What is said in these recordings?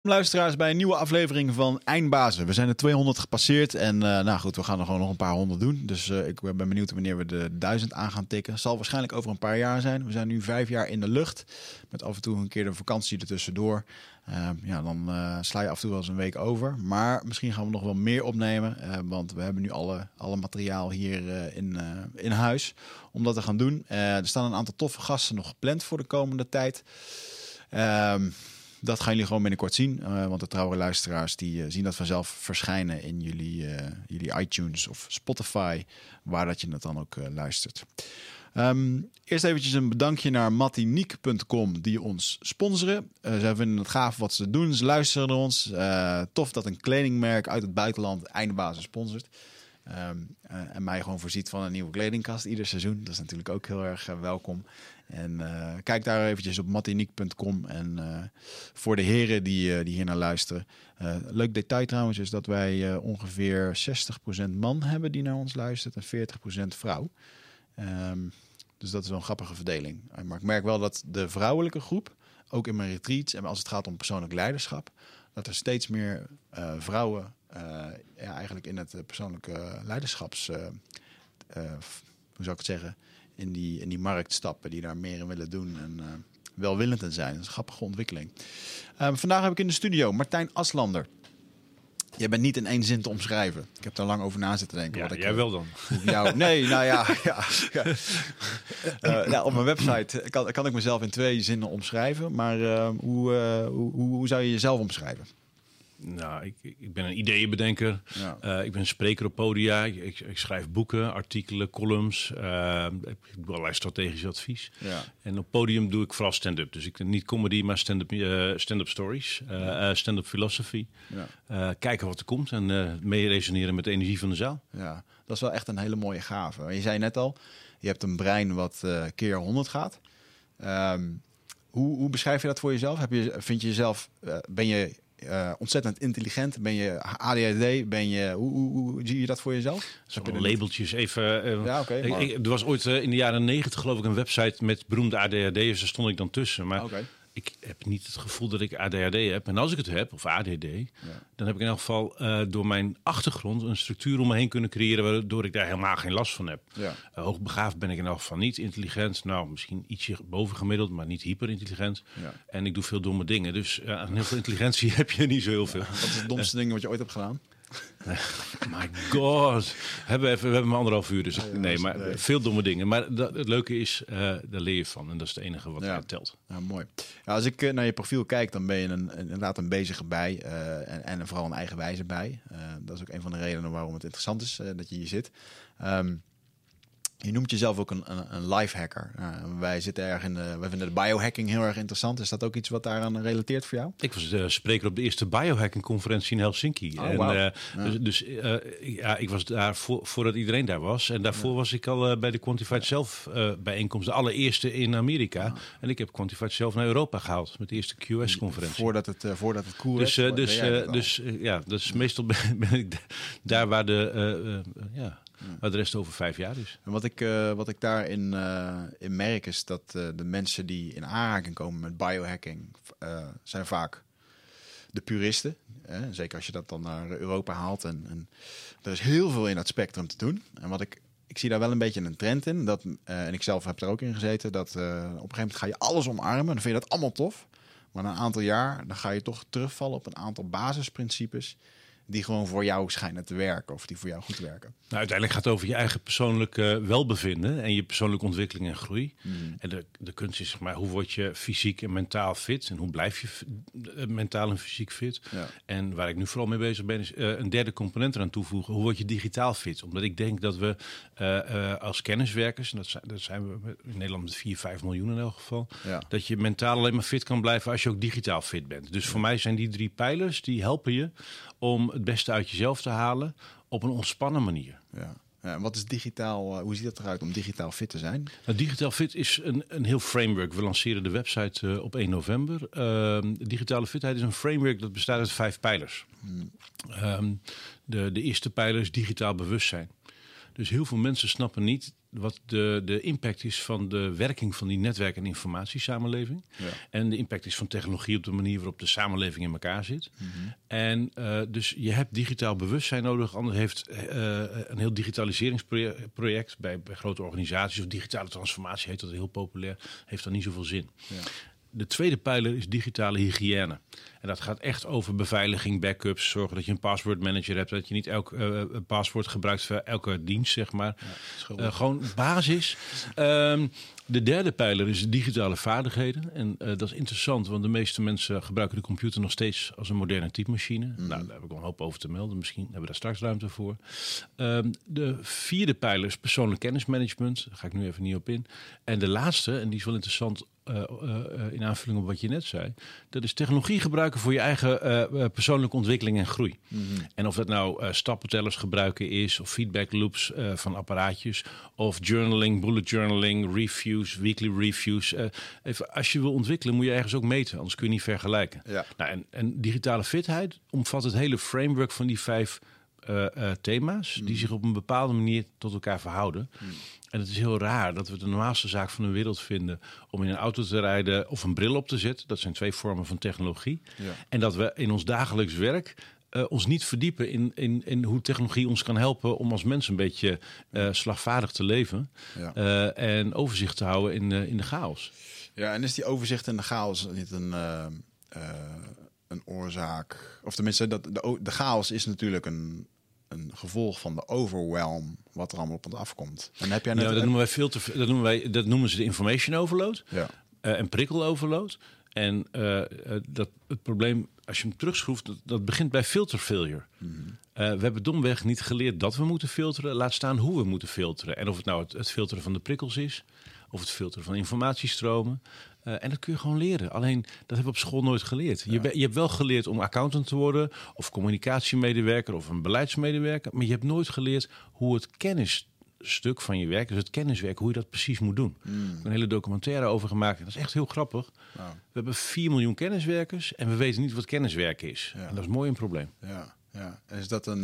Luisteraars bij een nieuwe aflevering van Eindbazen. We zijn de 200 gepasseerd en we gaan er gewoon nog een paar 100 doen. Dus ik ben benieuwd wanneer we de 1000 aan gaan tikken. Zal waarschijnlijk over een paar jaar zijn. We zijn nu 5 jaar in de lucht met af en toe een keer de vakantie ertussendoor. Dan sla je af en toe wel eens een week over. Maar misschien gaan we nog wel meer opnemen, want we hebben nu alle materiaal hier in huis om dat te gaan doen. Er staan een aantal toffe gasten nog gepland voor de komende tijd. Dat gaan jullie gewoon binnenkort zien. Want de trouwe luisteraars die zien dat vanzelf verschijnen in jullie iTunes of Spotify, waar dat je het dan ook luistert. Eerst eventjes een bedankje naar mattiniek.com die ons sponsoren. Zij vinden het gaaf wat ze doen. Ze luisteren naar ons. Tof dat een kledingmerk uit het buitenland Eindbazen sponsort. En mij gewoon voorziet van een nieuwe kledingkast ieder seizoen. Dat is natuurlijk ook heel erg welkom. En kijk daar eventjes op mattiniek.com. En voor de heren die hier naar luisteren. Leuk detail trouwens is dat wij ongeveer 60% man hebben die naar ons luistert en 40% vrouw. Dus dat is wel een grappige verdeling. Maar ik merk wel dat de vrouwelijke groep, ook in mijn retreats en als het gaat om persoonlijk leiderschap, dat er steeds meer vrouwen eigenlijk in het persoonlijke leiderschaps, hoe zou ik het zeggen, in die markt stappen, die daar meer in willen doen en welwillend in zijn. Dat is een grappige ontwikkeling. Vandaag heb ik in de studio Martijn Aslander. Jij bent niet in één zin te omschrijven. Ik heb daar lang over na zitten denken. Ja, jij wel dan. Op mijn website kan ik mezelf in 2 zinnen omschrijven. Maar hoe zou je jezelf omschrijven? Nou, ik ben een ideeënbedenker. Ja. Ik ben een spreker op podia. Ik schrijf boeken, artikelen, columns. Ik doe allerlei strategisch advies. Ja. En op podium doe ik vooral stand-up. Dus ik niet comedy, maar stand-up stories. Stand-up philosophy. Ja. Kijken wat er komt en mee resoneren met de energie van de zaal. Ja, dat is wel echt een hele mooie gave. Je zei net al, je hebt een brein wat keer 100 gaat. Hoe beschrijf je dat voor jezelf? Vind je jezelf, ben je ontzettend intelligent? Ben je ADHD? Hoe zie je dat voor jezelf? Labeltjes even. Er was ooit in de jaren 90 geloof ik een website met beroemde ADHD'ers. Daar stond ik dan tussen. Maar ik heb niet het gevoel dat ik ADHD heb. En als ik het heb, of ADD, dan heb ik in elk geval door mijn achtergrond een structuur om me heen kunnen creëren, waardoor ik daar helemaal geen last van heb. Ja. Hoogbegaafd ben ik in elk geval niet. Intelligent, nou misschien ietsje bovengemiddeld, maar niet hyperintelligent. Ja. En ik doe veel domme dingen. Dus aan heel veel intelligentie heb je niet zo heel veel. Wat is het domste ding wat je ooit hebt gedaan? My god. We hebben maar 1,5 uur. Dus veel domme dingen. Maar het leuke is, daar leer je van. En dat is het enige wat telt. Ja, mooi. Ja, als ik naar je profiel kijk, dan ben je inderdaad een bezige bij. En vooral een eigenwijze bij. Dat is ook een van de redenen waarom het interessant is dat je hier zit. Je noemt jezelf ook een lifehacker. Wij zitten erg wij vinden de biohacking heel erg interessant. Is dat ook iets wat daaraan relateert voor jou? Ik was spreker op de eerste biohacking-conferentie in Helsinki. Ik was daar voordat iedereen daar was. En daarvoor was ik al bij de Quantified Self bijeenkomst. De allereerste in Amerika. Ja. En ik heb Quantified Self naar Europa gehaald. Met de eerste QS-conferentie. Voordat het cool werd. Dat is meestal ben ik daar waar waar de rest over 5 jaar is. En wat ik daarin merk is dat de mensen die in aanraking komen met biohacking zijn vaak de puristen. Zeker als je dat dan naar Europa haalt. En er is heel veel in dat spectrum te doen. En wat ik zie daar wel een beetje een trend in. En ik zelf heb daar ook in gezeten. Dat op een gegeven moment ga je alles omarmen. Dan vind je dat allemaal tof. Maar na een aantal jaar dan ga je toch terugvallen op een aantal basisprincipes die gewoon voor jou schijnen te werken of die voor jou goed werken. Nou, uiteindelijk gaat het over je eigen persoonlijk welbevinden en je persoonlijke ontwikkeling en groei. En de kunst is, zeg maar, hoe word je fysiek en mentaal fit en hoe blijf je mentaal en fysiek fit. Ja. En waar ik nu vooral mee bezig ben is een derde component eraan toevoegen. Hoe word je digitaal fit? Omdat ik denk dat we als kenniswerkers, en dat zijn we in Nederland met 4-5 miljoen in elk geval, dat je mentaal alleen maar fit kan blijven als je ook digitaal fit bent. Dus voor mij zijn die 3 pijlers, die helpen je om het beste uit jezelf te halen op een ontspannen manier. Ja. En wat is digitaal? Hoe ziet dat eruit om digitaal fit te zijn? Nou, digitaal fit is een heel framework. We lanceren de website op 1 november. Digitale fitheid is een framework dat bestaat uit 5 pijlers. De eerste pijler is digitaal bewustzijn. Dus heel veel mensen snappen niet wat de impact is van de werking van die netwerk- en informatiesamenleving. Ja. En de impact is van technologie op de manier waarop de samenleving in elkaar zit. Mm-hmm. En dus je hebt digitaal bewustzijn nodig. Anders heeft een heel digitaliseringsproject bij grote organisaties, of digitale transformatie heet dat heel populair, heeft dan niet zoveel zin. Ja. De tweede pijler is digitale hygiëne. En dat gaat echt over beveiliging, backups, zorgen dat je een passwordmanager hebt, dat je niet elk paswoord gebruikt voor elke dienst, zeg maar. Ja, gewoon basis. De derde pijler is digitale vaardigheden. En dat is interessant, want de meeste mensen gebruiken de computer nog steeds als een moderne typemachine. Mm-hmm. Nou, daar heb ik wel een hoop over te melden. Misschien hebben we daar straks ruimte voor. De vierde pijler is persoonlijk kennismanagement. Daar ga ik nu even niet op in. En de laatste, en die is wel interessant in aanvulling op wat je net zei, dat is technologie gebruiken voor je eigen persoonlijke ontwikkeling en groei. Mm-hmm. En of dat nou stappentellers gebruiken is, of feedback loops van apparaatjes, of journaling, bullet journaling, reviews, weekly reviews. Even, als je wil ontwikkelen moet je ergens ook meten, anders kun je niet vergelijken. Ja. Nou, en digitale fitheid omvat het hele framework van die 5 thema's die zich op een bepaalde manier tot elkaar verhouden. En het is heel raar dat we de normaalste zaak van de wereld vinden om in een auto te rijden of een bril op te zetten. Dat zijn 2 vormen van technologie. Ja. En dat we in ons dagelijks werk ons niet verdiepen in hoe technologie ons kan helpen om als mens een beetje slagvaardig te leven. Ja. En overzicht te houden in de chaos. Ja, en is die overzicht in de chaos niet een oorzaak? Of tenminste, de chaos is natuurlijk een gevolg van de overwhelm wat er allemaal op ons afkomt. En heb jij net dat noemen ze de information overload. Ja. En prikkel overload. En het probleem, als je hem terugschroeft, dat begint bij filter failure. Mm-hmm. We hebben domweg niet geleerd dat we moeten filteren. Laat staan hoe we moeten filteren. En of het nou het filteren van de prikkels is, of het filteren van informatiestromen. En dat kun je gewoon leren. Alleen, dat hebben we op school nooit geleerd. Ja. Je hebt wel geleerd om accountant te worden, of communicatiemedewerker, of een beleidsmedewerker. Maar je hebt nooit geleerd hoe het kennisstuk van je werk, dus het kenniswerk, hoe je dat precies moet doen. Ik heb een hele documentaire over gemaakt. Dat is echt heel grappig. Wow. We hebben 4 miljoen kenniswerkers en we weten niet wat kenniswerk is. Ja. En dat is mooi een probleem. Ja. En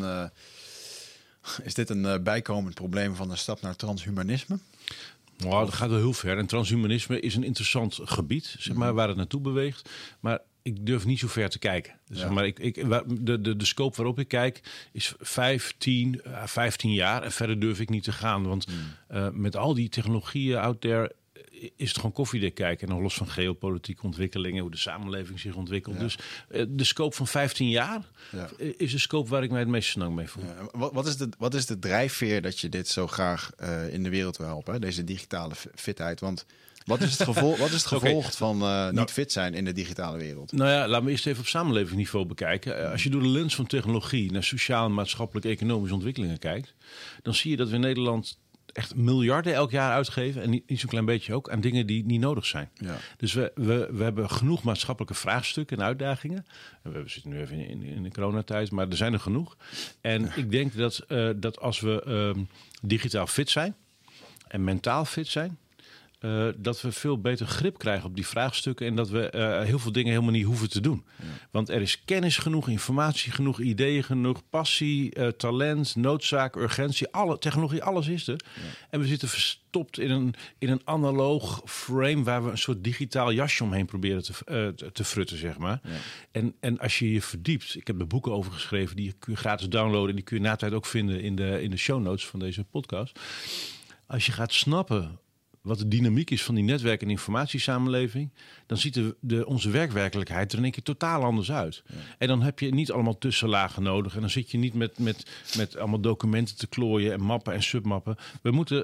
is dit een bijkomend probleem van een stap naar transhumanisme? Nou, dat gaat wel heel ver. En transhumanisme is een interessant gebied, zeg maar, waar het naartoe beweegt. Maar ik durf niet zo ver te kijken. Dus zeg maar, de scope waarop ik kijk is 15 jaar. En verder durf ik niet te gaan. Want met al die technologieën out there is het gewoon koffiedik kijken. En nog los van geopolitieke ontwikkelingen, hoe de samenleving zich ontwikkelt. Ja. Dus de scope van 15 jaar is de scope waar ik mij het meest snel mee voel. Ja. Wat is de drijfveer dat je dit zo graag in de wereld wil helpen? Deze digitale fitheid. Want wat is het gevolg van niet fit zijn in de digitale wereld? Nou ja, laten we eerst even op samenlevingsniveau bekijken. Als je door de lens van technologie naar sociaal, maatschappelijk, economische ontwikkelingen kijkt, dan zie je dat we in Nederland echt miljarden elk jaar uitgeven, en niet zo'n klein beetje ook, aan dingen die niet nodig zijn. Ja. Dus we hebben genoeg maatschappelijke vraagstukken en uitdagingen. We zitten nu even in de coronatijd, maar er zijn er genoeg. En ik denk dat als we digitaal fit zijn en mentaal fit zijn, dat we veel beter grip krijgen op die vraagstukken en dat we heel veel dingen helemaal niet hoeven te doen. Ja. Want er is kennis genoeg, informatie genoeg, ideeën genoeg, passie, talent, noodzaak, urgentie, technologie, alles is er. Ja. En we zitten verstopt in een analoog frame waar we een soort digitaal jasje omheen proberen te frutten, zeg maar. Ja. En als je je verdiept, ik heb er boeken over geschreven, die kun je gratis downloaden, die kun je na tijd ook vinden in de show notes van deze podcast. Als je gaat snappen wat de dynamiek is van die netwerk- en informatiesamenleving, dan ziet onze werkwerkelijkheid er in één keer totaal anders uit. Ja. En dan heb je niet allemaal tussenlagen nodig. En dan zit je niet met allemaal documenten te klooien en mappen en submappen. We moeten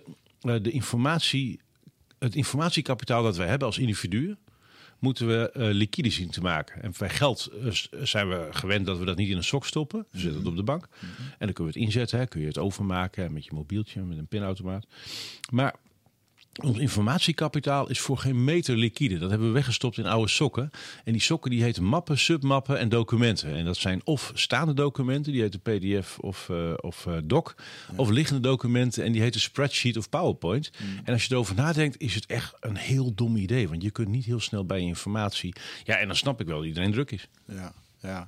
het informatiekapitaal dat we hebben als individuen, moeten we liquide zien te maken. En bij geld zijn we gewend dat we dat niet in een sok stoppen. We zetten het op de bank. Mm-hmm. En dan kunnen we het inzetten. Kun je het overmaken met je mobieltje, met een pinautomaat. Maar ons informatiekapitaal is voor geen meter liquide. Dat hebben we weggestopt in oude sokken. En die sokken die heten mappen, submappen en documenten. En dat zijn of staande documenten, die heten PDF of doc. Ja. Of liggende documenten en die heten spreadsheet of PowerPoint. En als je erover nadenkt, is het echt een heel dom idee. Want je kunt niet heel snel bij je informatie. Ja, en dan snap ik wel dat iedereen druk is. Ja.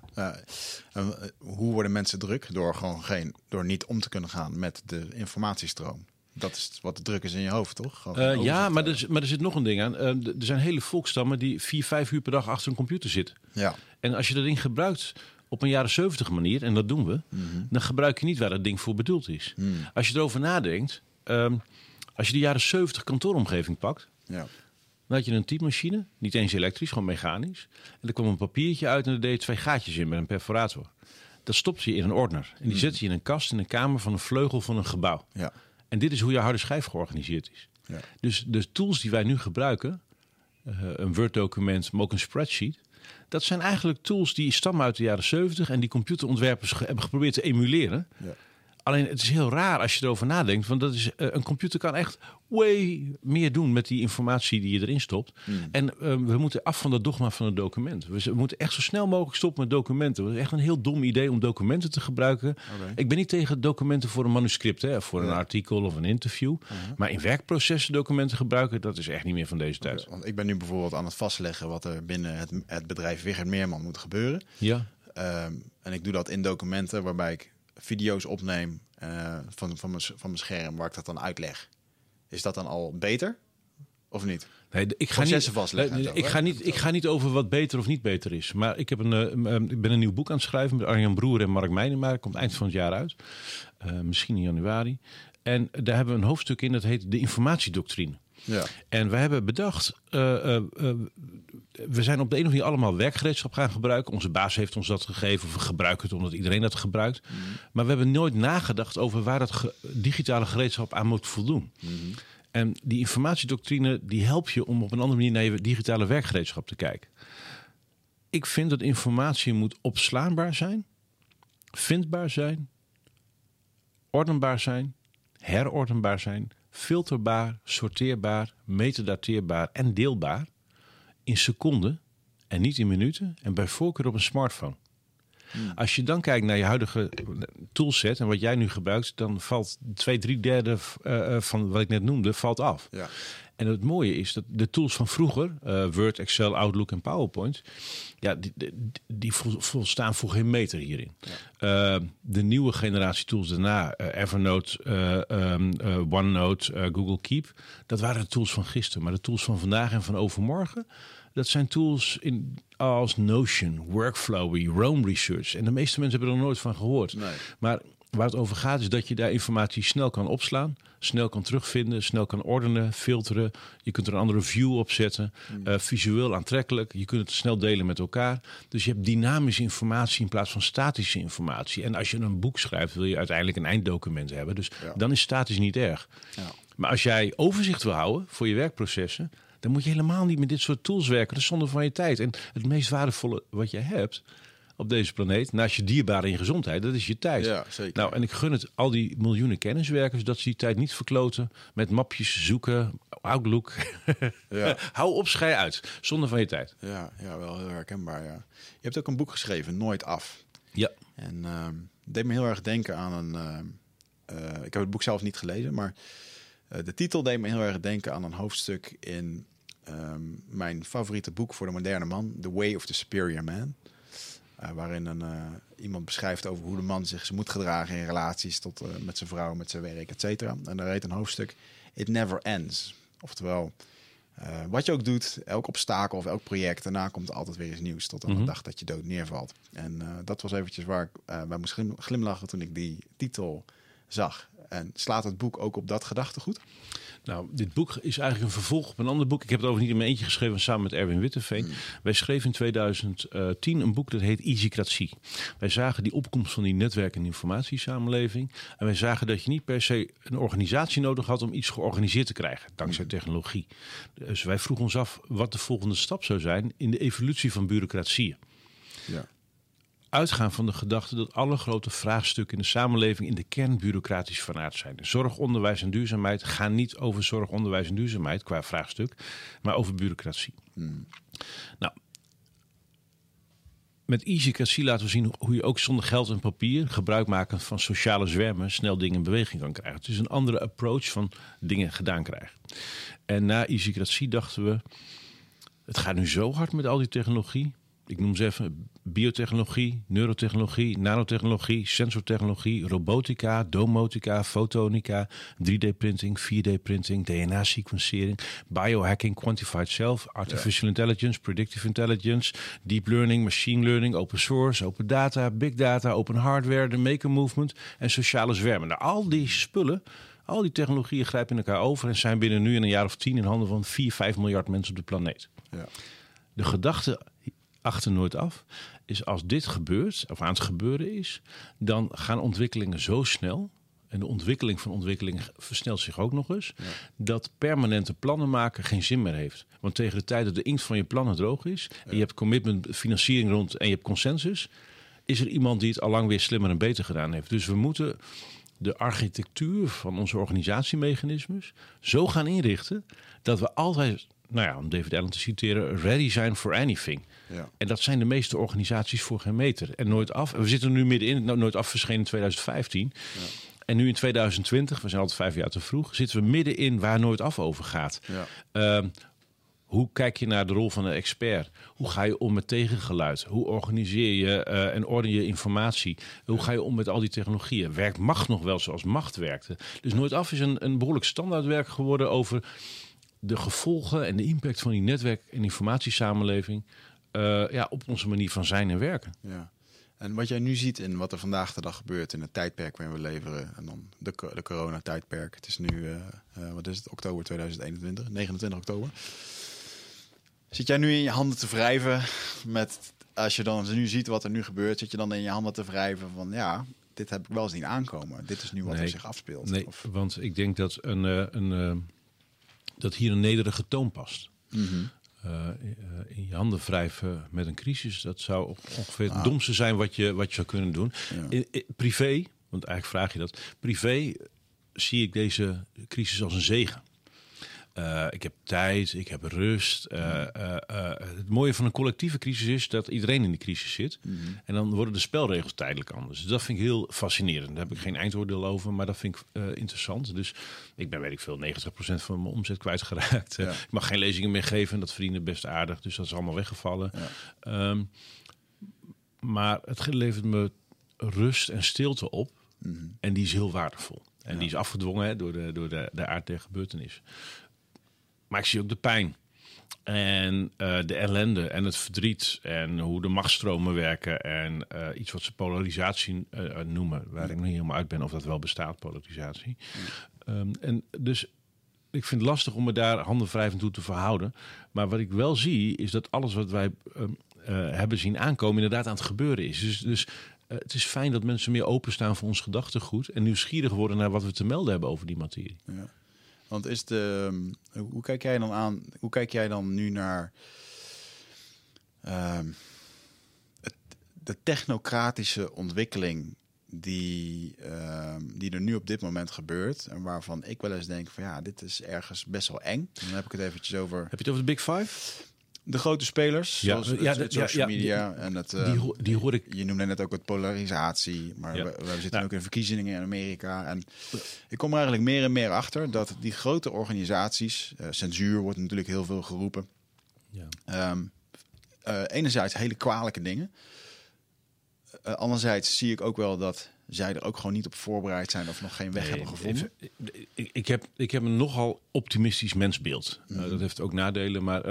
Hoe worden mensen druk? Door niet om te kunnen gaan met de informatiestroom. Dat is wat de druk is in je hoofd, toch? Ja, maar er zit nog een ding aan. Er zijn hele volkstammen die 4-5 uur per dag achter een computer zitten. Ja. En als je dat ding gebruikt op een jaren 70 manier, en dat doen we, dan gebruik je niet waar dat ding voor bedoeld is. Als je erover nadenkt, als je de jaren 70 kantooromgeving pakt, dan had je een typemachine, niet eens elektrisch, gewoon mechanisch. En er kwam een papiertje uit en er deed 2 gaatjes in met een perforator. Dat stopte je in een ordner. En die zet je in een kast in een kamer van een vleugel van een gebouw. Ja. En dit is hoe je harde schijf georganiseerd is. Ja. Dus de tools die wij nu gebruiken, een Word-document, maar ook een spreadsheet, dat zijn eigenlijk tools die stammen uit de jaren 70 en die computerontwerpers hebben geprobeerd te emuleren. Ja. Alleen het is heel raar als je erover nadenkt, want dat is, een computer kan echt way meer doen met die informatie die je erin stopt. En we moeten af van dat dogma van het document. We moeten echt zo snel mogelijk stoppen met documenten. Het is echt een heel dom idee om documenten te gebruiken. Okay. Ik ben niet tegen documenten voor een manuscript, voor een artikel of een interview. Maar in werkprocessen documenten gebruiken, dat is echt niet meer van deze tijd. Okay, want ik ben nu bijvoorbeeld aan het vastleggen wat er binnen het bedrijf Wichert Meerman moet gebeuren. Ja. En ik doe dat in documenten waarbij ik video's opneem van mijn scherm, waar ik dat dan uitleg. Is dat dan al beter of niet? Nee, ik ga niet over wat beter of niet beter is. Maar ik ben een nieuw boek aan het schrijven met Arjan Broer en Mark Meinema. Komt eind van het jaar uit. Misschien in januari. En daar hebben we een hoofdstuk in, dat heet de informatiedoctrine. Ja. En we hebben bedacht, we zijn op de een of andere allemaal werkgereedschap gaan gebruiken. Onze baas heeft ons dat gegeven, of we gebruiken het omdat iedereen dat gebruikt. Maar we hebben nooit nagedacht over waar dat digitale gereedschap aan moet voldoen. En die informatiedoctrine die helpt je om op een andere manier naar je digitale werkgereedschap te kijken. Ik vind dat informatie moet opslaanbaar zijn, vindbaar zijn, ordenbaar zijn, herordenbaar zijn, filterbaar, sorteerbaar, metadateerbaar en deelbaar in seconden en niet in minuten en bij voorkeur op een smartphone. Als je dan kijkt naar je huidige toolset en wat jij nu gebruikt, dan valt 2/3 van wat ik net noemde, valt af. Ja. En het mooie is dat de tools van vroeger, Word, Excel, Outlook en PowerPoint, ja, die volstaan voor geen meter hierin. Ja. De nieuwe generatie tools daarna, Evernote, OneNote, Google Keep, dat waren de tools van gisteren. Maar de tools van vandaag en van overmorgen, dat zijn tools als Notion, Workflowy, Roam Research. En de meeste mensen hebben er nog nooit van gehoord. Nee. Maar waar het over gaat is dat je daar informatie snel kan opslaan, snel kan terugvinden, snel kan ordenen, filteren. Je kunt er een andere view op zetten, visueel aantrekkelijk. Je kunt het snel delen met elkaar. Dus je hebt dynamische informatie in plaats van statische informatie. En als je een boek schrijft, wil je uiteindelijk een einddocument hebben. Dus dan is statisch niet erg. Ja. Maar als jij overzicht wil houden voor je werkprocessen, dan moet je helemaal niet met dit soort tools werken. Dat is zonde van je tijd. En het meest waardevolle wat je hebt op deze planeet, naast je dierbare en gezondheid, dat is je tijd. Ja, zeker. Nou, en ik gun het al die miljoenen kenniswerkers dat ze die tijd niet verkloten met mapjes zoeken, Outlook. Ja. Hou op, schei uit. Zonde van je tijd. Ja, wel heel herkenbaar. Ja. Je hebt ook een boek geschreven, Nooit Af. Ja. En het deed me heel erg denken aan een. Ik heb het boek zelf niet gelezen, maar de titel deed me heel erg denken aan een hoofdstuk in mijn favoriete boek voor de moderne man, The Way of the Superior Man. Waarin iemand beschrijft over hoe de man zich moet gedragen in relaties tot met zijn vrouw, met zijn werk, et cetera. En daar heet een hoofdstuk It Never Ends. Oftewel, wat je ook doet, elk obstakel of elk project, daarna komt er altijd weer iets nieuws tot aan de dag dat je dood neervalt. En dat was eventjes waar ik bij moest glimlachen toen ik die titel zag. En slaat het boek ook op dat gedachtegoed? Nou, dit boek is eigenlijk een vervolg op een ander boek. Ik heb het over niet in mijn eentje geschreven samen met Erwin Witteveen. Wij schreven in 2010 een boek dat heet Easycratie. Wij zagen die opkomst van die netwerk- en informatiesamenleving. En wij zagen dat je niet per se een organisatie nodig had om iets georganiseerd te krijgen, dankzij technologie. Dus wij vroegen ons af wat de volgende stap zou zijn in de evolutie van bureaucratieën. Ja. Uitgaan van de gedachte dat alle grote vraagstukken in de samenleving in de kern bureaucratisch van aard zijn. Zorg, onderwijs en duurzaamheid gaan niet over zorg, onderwijs en duurzaamheid qua vraagstuk, maar over bureaucratie. Nou, met Easycratie laten we zien hoe je ook zonder geld en papier, gebruik maken van sociale zwermen, snel dingen in beweging kan krijgen. Het is een andere approach van dingen gedaan krijgen. En na Easycratie dachten we, het gaat nu zo hard met al die technologie. ik noem ze even, biotechnologie, neurotechnologie, nanotechnologie, sensortechnologie, robotica, domotica, fotonica, 3D-printing, 4D-printing, DNA-sequencering, biohacking, quantified self, artificial intelligence, predictive intelligence, deep learning, machine learning, open source, open data, big data, open hardware, de maker movement en sociale zwermen. Nou, al die spullen, al die technologieën grijpen in elkaar over en zijn binnen nu in een jaar of 10 in handen van 4-5 miljard mensen op de planeet. Ja. De gedachte achter nooit af is als dit gebeurt, of aan het gebeuren is, dan gaan ontwikkelingen zo snel, en de ontwikkeling van ontwikkelingen versnelt zich ook nog eens, dat permanente plannen maken geen zin meer heeft. Want tegen de tijd dat de inkt van je plannen droog is, en je hebt commitment, financiering rond en je hebt consensus, is er iemand die het allang weer slimmer en beter gedaan heeft. Dus we moeten de architectuur van onze organisatiemechanismes zo gaan inrichten dat we altijd, om David Allen te citeren, ready zijn for anything. Ja. En dat zijn de meeste organisaties voor geen meter. En Nooit Af, we zitten er nu middenin, Nooit Af verscheen in 2015. Ja. En nu in 2020, we zijn altijd 5 jaar te vroeg, zitten we middenin waar Nooit Af over gaat. Ja. Hoe kijk je naar de rol van een expert? Hoe ga je om met tegengeluid? Hoe organiseer je en orden je informatie? Hoe ga je om met al die technologieën? Werkt macht nog wel zoals macht werkte? Dus Nooit Af is een behoorlijk standaardwerk geworden over de gevolgen en de impact van die netwerk- en informatiesamenleving op onze manier van zijn en werken. Ja. En wat jij nu ziet in wat er vandaag de dag gebeurt in het tijdperk waarin we leven, en dan de coronatijdperk. Het is nu, oktober 2021, 29 oktober. Zit jij nu in je handen te wrijven met, als je dan nu ziet wat er nu gebeurt, zit je dan in je handen te wrijven van dit heb ik wel eens niet aankomen. Dit is nu wat er zich afspeelt. Nee, want ik denk dat dat hier een nederige toon past. Mm-hmm. In je handen wrijven met een crisis, dat zou ongeveer het domste zijn wat je zou kunnen doen. Ja. Privé, want eigenlijk vraag je dat, privé zie ik deze crisis als een zegen. Ik heb tijd, ik heb rust. Het mooie van een collectieve crisis is dat iedereen in die crisis zit. Mm-hmm. En dan worden de spelregels tijdelijk anders. Dus dat vind ik heel fascinerend. Daar heb ik geen eindoordeel over, maar dat vind ik interessant. Dus ik ben, 90% van mijn omzet kwijtgeraakt. Ja. Ik mag geen lezingen meer geven en dat verdienen best aardig. Dus dat is allemaal weggevallen. Ja. Maar het levert me rust en stilte op. Mm-hmm. En die is heel waardevol. En die is afgedwongen door de aard der gebeurtenis. Maar ik zie ook de pijn en de ellende en het verdriet en hoe de machtstromen werken en iets wat ze polarisatie noemen, waar ik nog niet helemaal uit ben of dat wel bestaat, polarisatie. En dus ik vind het lastig om me daar handen wrijvend toe te verhouden. Maar wat ik wel zie is dat alles wat wij hebben zien aankomen inderdaad aan het gebeuren is. Dus het is fijn dat mensen meer openstaan voor ons gedachtegoed en nieuwsgierig worden naar wat we te melden hebben over die materie. Ja. Want hoe kijk jij dan aan? Hoe kijk jij dan nu naar de technocratische ontwikkeling die er nu op dit moment gebeurt en waarvan ik wel eens denk van dit is ergens best wel eng. Dan heb ik het eventjes over. Heb je het over de Big Five? De grote spelers, zoals het social media en het. Die hoor ik. Je noemde net ook wat polarisatie, maar we zitten ook in verkiezingen in Amerika. En ik kom er eigenlijk meer en meer achter dat die grote organisaties, censuur wordt natuurlijk heel veel geroepen. Ja. Enerzijds hele kwalijke dingen. Anderzijds zie ik ook wel dat zij er ook gewoon niet op voorbereid zijn of nog geen weg hebben gevonden. Ik heb een nogal optimistisch mensbeeld. Mm-hmm. Dat heeft ook nadelen, maar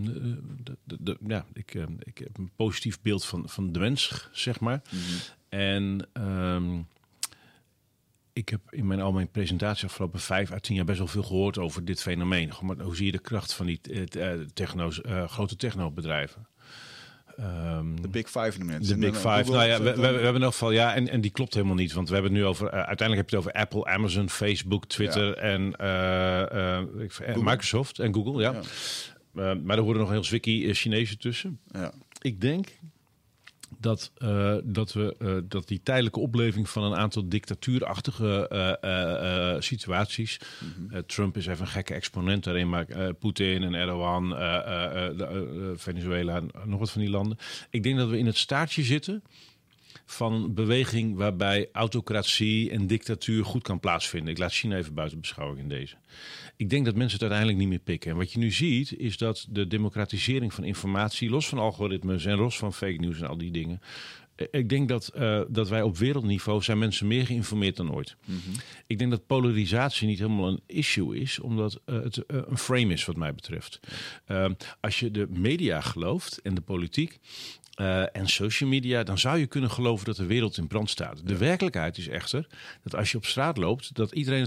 ik heb een positief beeld van de mens, zeg maar. Mm-hmm. En ik heb in al mijn presentaties afgelopen 5 à 10 jaar best wel veel gehoord over dit fenomeen. Maar hoe zie je de kracht van die grote technobedrijven? De Big Five noemen het. De Big Five. We hebben nog geval en die klopt helemaal niet, want we hebben het nu over. Uiteindelijk heb je het over Apple, Amazon, Facebook, Twitter en Microsoft en Google. Ja. Maar er horen nog heel zwikkie Chinezen tussen. Ja. Ik denk dat die tijdelijke opleving van een aantal dictatuurachtige situaties. Mm-hmm. Trump is even een gekke exponent daarin, maar Poetin en Erdogan, Venezuela, nog wat van die landen. Ik denk dat we in het staartje zitten van een beweging waarbij autocratie en dictatuur goed kan plaatsvinden. Ik laat China even buiten beschouwing in deze. Ik denk dat mensen het uiteindelijk niet meer pikken. En wat je nu ziet is dat de democratisering van informatie, los van algoritmes en los van fake news en al die dingen. Ik denk dat wij op wereldniveau zijn mensen meer geïnformeerd dan ooit. Mm-hmm. Ik denk dat polarisatie niet helemaal een issue is, omdat het een frame is wat mij betreft. Als je de media gelooft en de politiek en social media, dan zou je kunnen geloven dat de wereld in brand staat. De werkelijkheid is echter dat als je op straat loopt, dat iedereen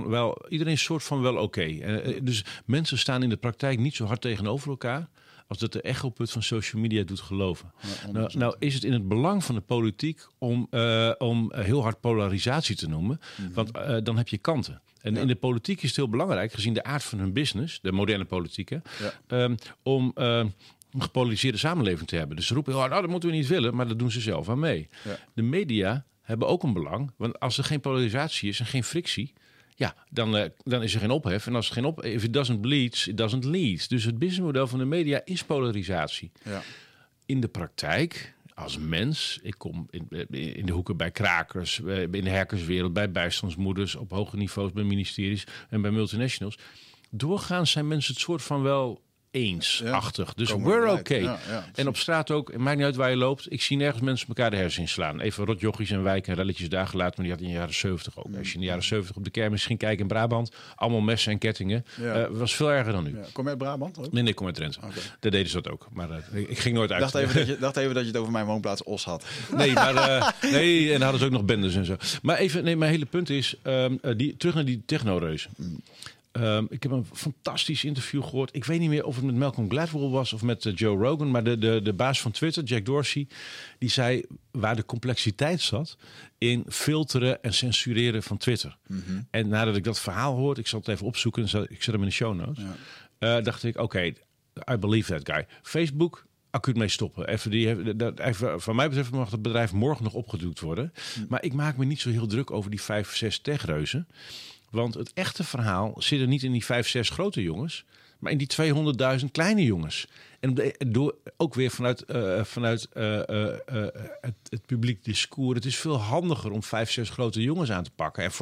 soort van wel oké. Dus mensen staan in de praktijk niet zo hard tegenover elkaar als dat de echoput van social media doet geloven. Ja, nou is het in het belang van de politiek om heel hard polarisatie te noemen. Mm-hmm. Want dan heb je kanten. En in de politiek is het heel belangrijk, gezien de aard van hun business, de moderne politiek, om een gepolariseerde samenleving te hebben. Dus ze roepen, dat moeten we niet willen, maar dat doen ze zelf aan mee. Ja. De media hebben ook een belang, want als er geen polarisatie is en geen frictie, ja, dan is er geen ophef. En als er geen if it doesn't bleed, it doesn't lead. Dus het businessmodel van de media is polarisatie. Ja. In de praktijk, als mens, ik kom in de hoeken bij krakers, in de hackerswereld, bij bijstandsmoeders, op hoge niveaus, bij ministeries en bij multinationals. Doorgaans zijn mensen het soort van wel eensachtig. Dus we're okay. Ja, en op straat ook, het maakt niet uit waar je loopt. Ik zie nergens mensen elkaar de hersens inslaan. Even rotjochies en wijken en relletjes daar gelaten, maar die had in de jaren 70 ook. Als je in de jaren 70 op de kermis ging kijken in Brabant, allemaal messen en kettingen. Was veel erger dan nu. Ja. Kom je uit Brabant ook? Nee, ik kom uit Drenthe. Okay. Daar deden ze dat ook. Maar ik ging nooit uit. Dacht even dat je het over mijn woonplaats Os had. Nee, maar en dan hadden ze ook nog bendes en zo. Maar mijn hele punt is, terug naar die technoreus. Ik heb een fantastisch interview gehoord. Ik weet niet meer of het met Malcolm Gladwell was of met Joe Rogan. Maar de baas van Twitter, Jack Dorsey, die zei waar de complexiteit zat in filteren en censureren van Twitter. Mm-hmm. En nadat ik dat verhaal hoorde, ik zal het even opzoeken, ik zet hem in de show notes. Ja. Dacht ik, oké, I believe that guy. Facebook, acuut mee stoppen. Even, van mij betreft mag het bedrijf morgen nog opgedoekt worden. Mm. Maar ik maak me niet zo heel druk over die 5-6 techreuzen. Want het echte verhaal zit er niet in die 5-6 grote jongens, maar in die 200.000 kleine jongens. En ook weer vanuit het publiek discours. Het is veel handiger om 5-6 grote jongens aan te pakken. En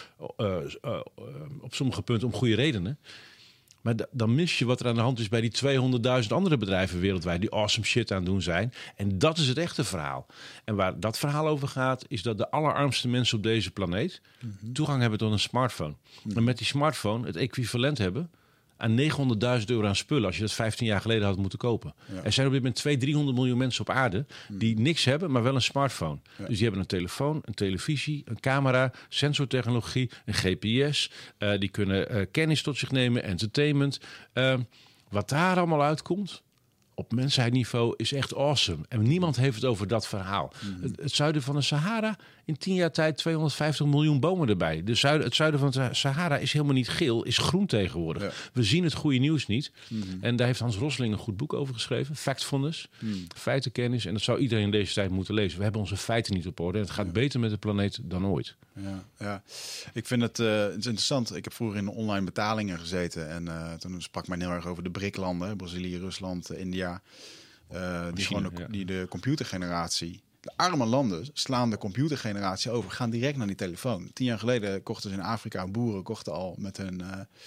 op sommige punten om goede redenen. Maar dan mis je wat er aan de hand is bij die 200.000 andere bedrijven wereldwijd die awesome shit aan het doen zijn. En dat is het echte verhaal. En waar dat verhaal over gaat, is dat de allerarmste mensen op deze planeet toegang hebben tot een smartphone. En met die smartphone het equivalent hebben aan €900.000 aan spullen als je dat 15 jaar geleden had moeten kopen. Ja. Er zijn op dit moment 200-300 miljoen mensen op aarde die niks hebben, maar wel een smartphone. Ja. Dus die hebben een telefoon, een televisie, een camera, sensortechnologie, een GPS. Die kunnen kennis tot zich nemen, entertainment. Wat daar allemaal uitkomt op mensheidniveau is echt awesome. En niemand heeft het over dat verhaal. Het zuiden van de Sahara, in 10 jaar tijd 250 miljoen bomen erbij. Het zuiden van de Sahara is helemaal niet geel, is groen tegenwoordig. Ja. We zien het goede nieuws niet. En daar heeft Hans Rosling een goed boek over geschreven. Factfulness, feitenkennis. En dat zou iedereen in deze tijd moeten lezen. We hebben onze feiten niet op orde. En het gaat beter met de planeet dan ooit. Ja. Ik vind het is interessant. Ik heb vroeger in de online betalingen gezeten. En toen sprak men heel erg over de BRIC-landen. Brazilië, Rusland, India. Die de computergeneratie... De arme landen slaan de computergeneratie over. Gaan direct naar die telefoon. 10 jaar geleden kochten ze in Afrika... Boeren kochten al met hun...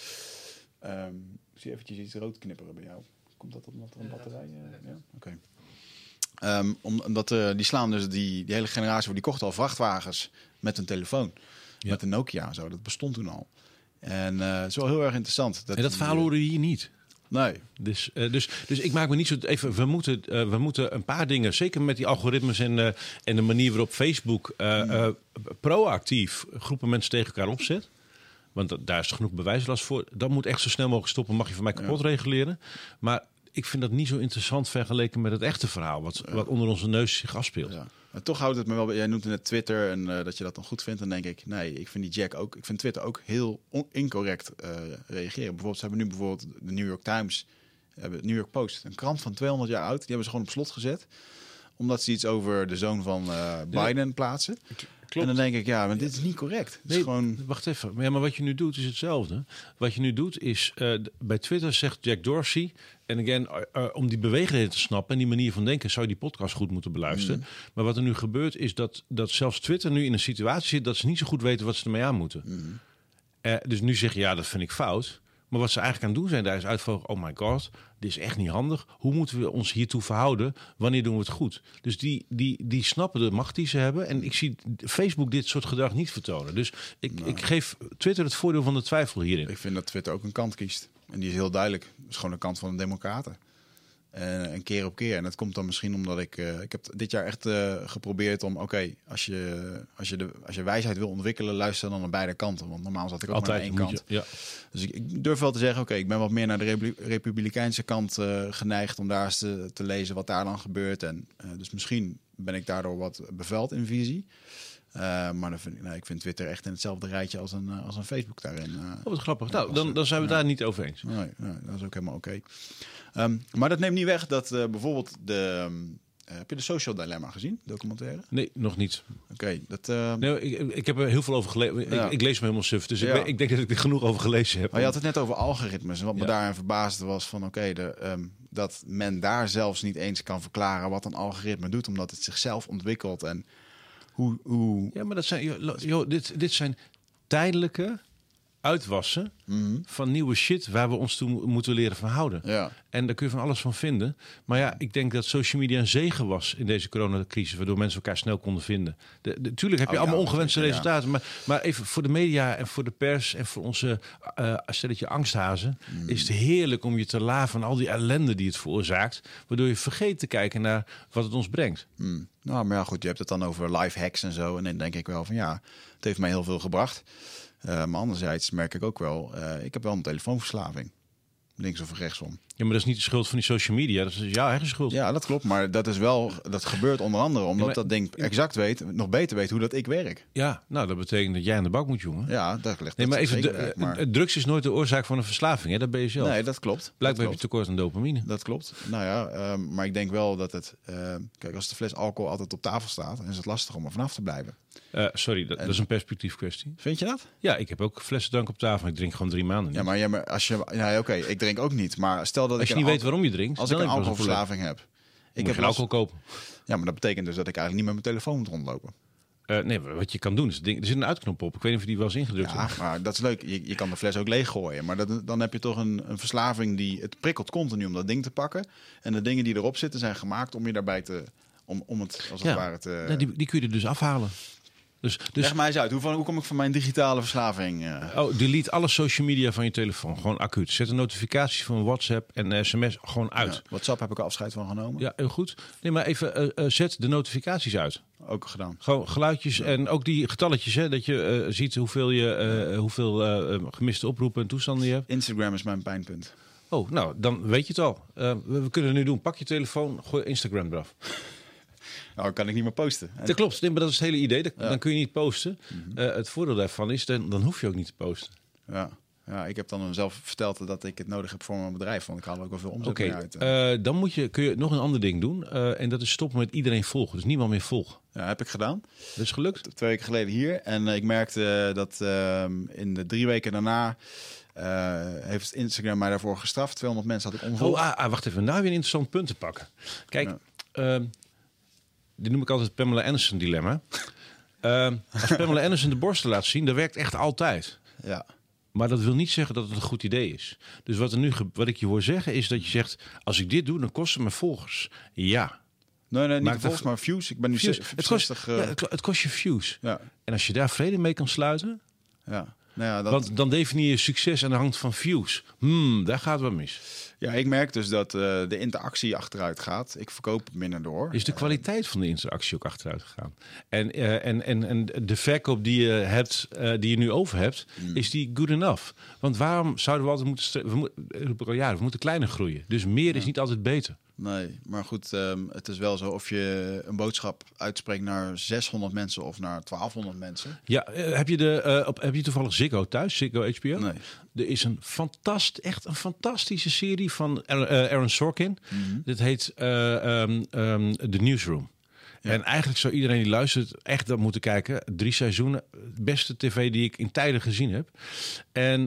ik zie eventjes iets rood knipperen bij jou. Komt dat omdat er een batterij... Ja? Oké. Omdat die slaan dus die hele generatie... die kochten al vrachtwagens met een telefoon. Ja. Met een Nokia en zo. Dat bestond toen al. En het is wel heel erg interessant. Dat verhaal hoorde je hier niet. Nee. Dus ik maak me niet zo even. We moeten een paar dingen, zeker met die algoritmes en de manier waarop Facebook proactief groepen mensen tegen elkaar opzet. Want daar is genoeg bewijslast voor. Dat moet echt zo snel mogelijk stoppen. Mag je van mij kapot reguleren. Maar ik vind dat niet zo interessant vergeleken met het echte verhaal. Wat onder onze neus zich afspeelt. Ja. Maar toch houdt het me wel... Jij noemt net Twitter en dat je dat dan goed vindt. Dan denk ik, nee, ik vind die Jack ook... Ik vind Twitter ook heel incorrect reageren. Bijvoorbeeld, ze hebben nu de New York Times... de New York Post, een krant van 200 jaar oud. Die hebben ze gewoon op slot gezet. Omdat ze iets over de zoon van Biden plaatsen. Klopt. En dan denk ik, maar dit is niet correct. Het is gewoon... Wacht even. Maar wat je nu doet is hetzelfde. Wat je nu doet is, bij Twitter zegt Jack Dorsey... en again, om die beweegredenen te snappen en die manier van denken... zou je die podcast goed moeten beluisteren. Maar wat er nu gebeurt is dat zelfs Twitter nu in een situatie zit... dat ze niet zo goed weten wat ze ermee aan moeten. Dus nu zeg je, dat vind ik fout... Maar wat ze eigenlijk aan het doen zijn, daar is uitvogel... oh my god, dit is echt niet handig. Hoe moeten we ons hiertoe verhouden? Wanneer doen we het goed? Dus die snappen de macht die ze hebben. En ik zie Facebook dit soort gedrag niet vertonen. Dus ik geef Twitter het voordeel van de twijfel hierin. Ik vind dat Twitter ook een kant kiest. En die is heel duidelijk. Het is gewoon de kant van de democraten. En keer op keer. En dat komt dan misschien omdat ik heb dit jaar echt geprobeerd om... als je wijsheid wil ontwikkelen, luister dan aan beide kanten. Want normaal zat ik ook altijd maar aan één kant. Ja. Dus ik durf wel te zeggen, ik ben wat meer naar de republikeinse kant geneigd... om daar eens te lezen wat daar dan gebeurt. En dus misschien ben ik daardoor wat beveld in visie. Maar ik vind Twitter echt in hetzelfde rijtje als een Facebook daarin. Wat grappig. Nou, dan zijn we daar niet over eens. Nee, dat is ook helemaal oké. Maar dat neemt niet weg dat bijvoorbeeld heb je de Social Dilemma gezien, documentaire? Nee, nog niet. Oké. Nee, ik heb er heel veel over gelezen. Ja. Ik lees me helemaal suf, dus ik denk dat ik er genoeg over gelezen heb. Maar je had het net over algoritmes. En wat me daarin verbaasde was van dat men daar zelfs niet eens kan verklaren wat een algoritme doet, omdat het zichzelf ontwikkelt. En hoe... Ja, maar dat zijn, dit zijn tijdelijke uitwassen van nieuwe shit waar we ons toe moeten leren verhouden. Ja. En daar kun je van alles van vinden. Maar ik denk dat social media een zegen was in deze coronacrisis, waardoor mensen elkaar snel konden vinden. Tuurlijk heb je allemaal ongewenste resultaten, maar even voor de media en voor de pers en voor onze stelletje angsthazen is het heerlijk om je te laven van al die ellende die het veroorzaakt, waardoor je vergeet te kijken naar wat het ons brengt. Nou, maar goed, je hebt het dan over life hacks en zo. En dan denk ik wel van het heeft mij heel veel gebracht. Maar anderzijds merk ik ook wel, ik heb wel een telefoonverslaving. Links of rechtsom. Ja, maar dat is niet de schuld van die social media. Dat is jouw eigen schuld. Ja, dat klopt. Maar dat gebeurt onder andere omdat dat ding exact nog beter weet hoe dat ik werk. Ja, nou dat betekent dat jij aan de bak moet, jongen. Ja, dat ligt. Nee, maar even, drugs is nooit de oorzaak van een verslaving, hè? Dat ben je zelf. Nee, dat klopt. Blijkbaar heb je tekort aan dopamine. Dat klopt. Nou ja, maar ik denk wel dat het... kijk, als de fles alcohol altijd op tafel staat, dan is het lastig om er vanaf te blijven. Sorry, dat is een perspectief kwestie. Vind je dat? Ja, ik heb ook flessen drank op tafel. Ik drink gewoon 3 maanden niet. Ja, maar als je... Ja, oké, ik drink ook niet. Maar stel dat als je niet weet waarom je drinkt, als ik een alcoholverslaving heb. Ik heb alcohol kopen. Ja, maar dat betekent dus dat ik eigenlijk niet met mijn telefoon moet rondlopen. Nee, wat je kan doen is, er zit een uitknop op. Ik weet niet of je die wel eens ingedrukt hebt. Ja, maar dat is leuk. Je kan de fles ook leeggooien. Maar dan heb je toch een verslaving die... Het prikkelt continu om dat ding te pakken. En de dingen die erop zitten zijn gemaakt om je daarbij te... Om het als het ware te... Nee, die kun je er dus afhalen. Dus leg mij eens uit. Hoe kom ik van mijn digitale verslaving? Delete alle social media van je telefoon. Gewoon acuut. Zet de notificaties van WhatsApp en sms gewoon uit. Ja, WhatsApp heb ik al afscheid van genomen. Ja, heel goed. Nee, maar even zet de notificaties uit. Ook gedaan. Gewoon geluidjes en ook die getalletjes. Hè, dat je ziet hoeveel gemiste oproepen en toestanden je hebt. Instagram is mijn pijnpunt. Oh, nou, dan weet je het al. We kunnen het nu doen. Pak je telefoon, gooi Instagram eraf. Nou, kan ik niet meer posten. Dat klopt, nee, maar dat is het hele idee. Dan kun je niet posten. Het voordeel daarvan is, dan hoef je ook niet te posten. Ja, ik heb dan zelf verteld dat ik het nodig heb voor mijn bedrijf. Want ik haal er ook wel veel omzet mee uit. Dan kun je nog een ander ding doen. En dat is stoppen met iedereen volgen. Dus niemand meer volgen. Ja, heb ik gedaan. Dat is gelukt. 2 weken geleden hier. En ik merkte dat in de 3 weken daarna... heeft Instagram mij daarvoor gestraft. 200 mensen had ik omgevolgd. Wacht even. Nou weer een interessant punt te pakken. Kijk... Dit noem ik altijd het Pamela Anderson dilemma. Als Pamela Anderson de borsten laat zien, dat werkt echt altijd. Ja. Maar dat wil niet zeggen dat het een goed idee is. Dus wat ik je hoor zeggen is dat je zegt... als ik dit doe, dan kost het me volgers. Ja. Nee, niet volgers, maar views. Ik ben nu 60... Het kost je views. Ja. En als je daar vrede mee kan sluiten... Ja. Nou ja, want dan definieer je succes aan de hand van views. Daar gaat wat mis. Ja, ik merk dus dat de interactie achteruit gaat. Ik verkoop minder door. Is de kwaliteit van de interactie ook achteruit gegaan? En de verkoop die je hebt, die je nu over hebt, is die good enough? Want waarom zouden we altijd we moeten kleiner groeien. Dus meer is niet altijd beter. Nee, maar goed, het is wel zo of je een boodschap uitspreekt naar 600 mensen of naar 1200 mensen. Ja, heb je toevallig Ziggo thuis, Ziggo HBO? Nee. Er is echt een fantastische serie van Aaron Sorkin. Dit heet The Newsroom. Ja. En eigenlijk zou iedereen die luistert echt dat moeten kijken. 3 seizoenen, beste tv die ik in tijden gezien heb. En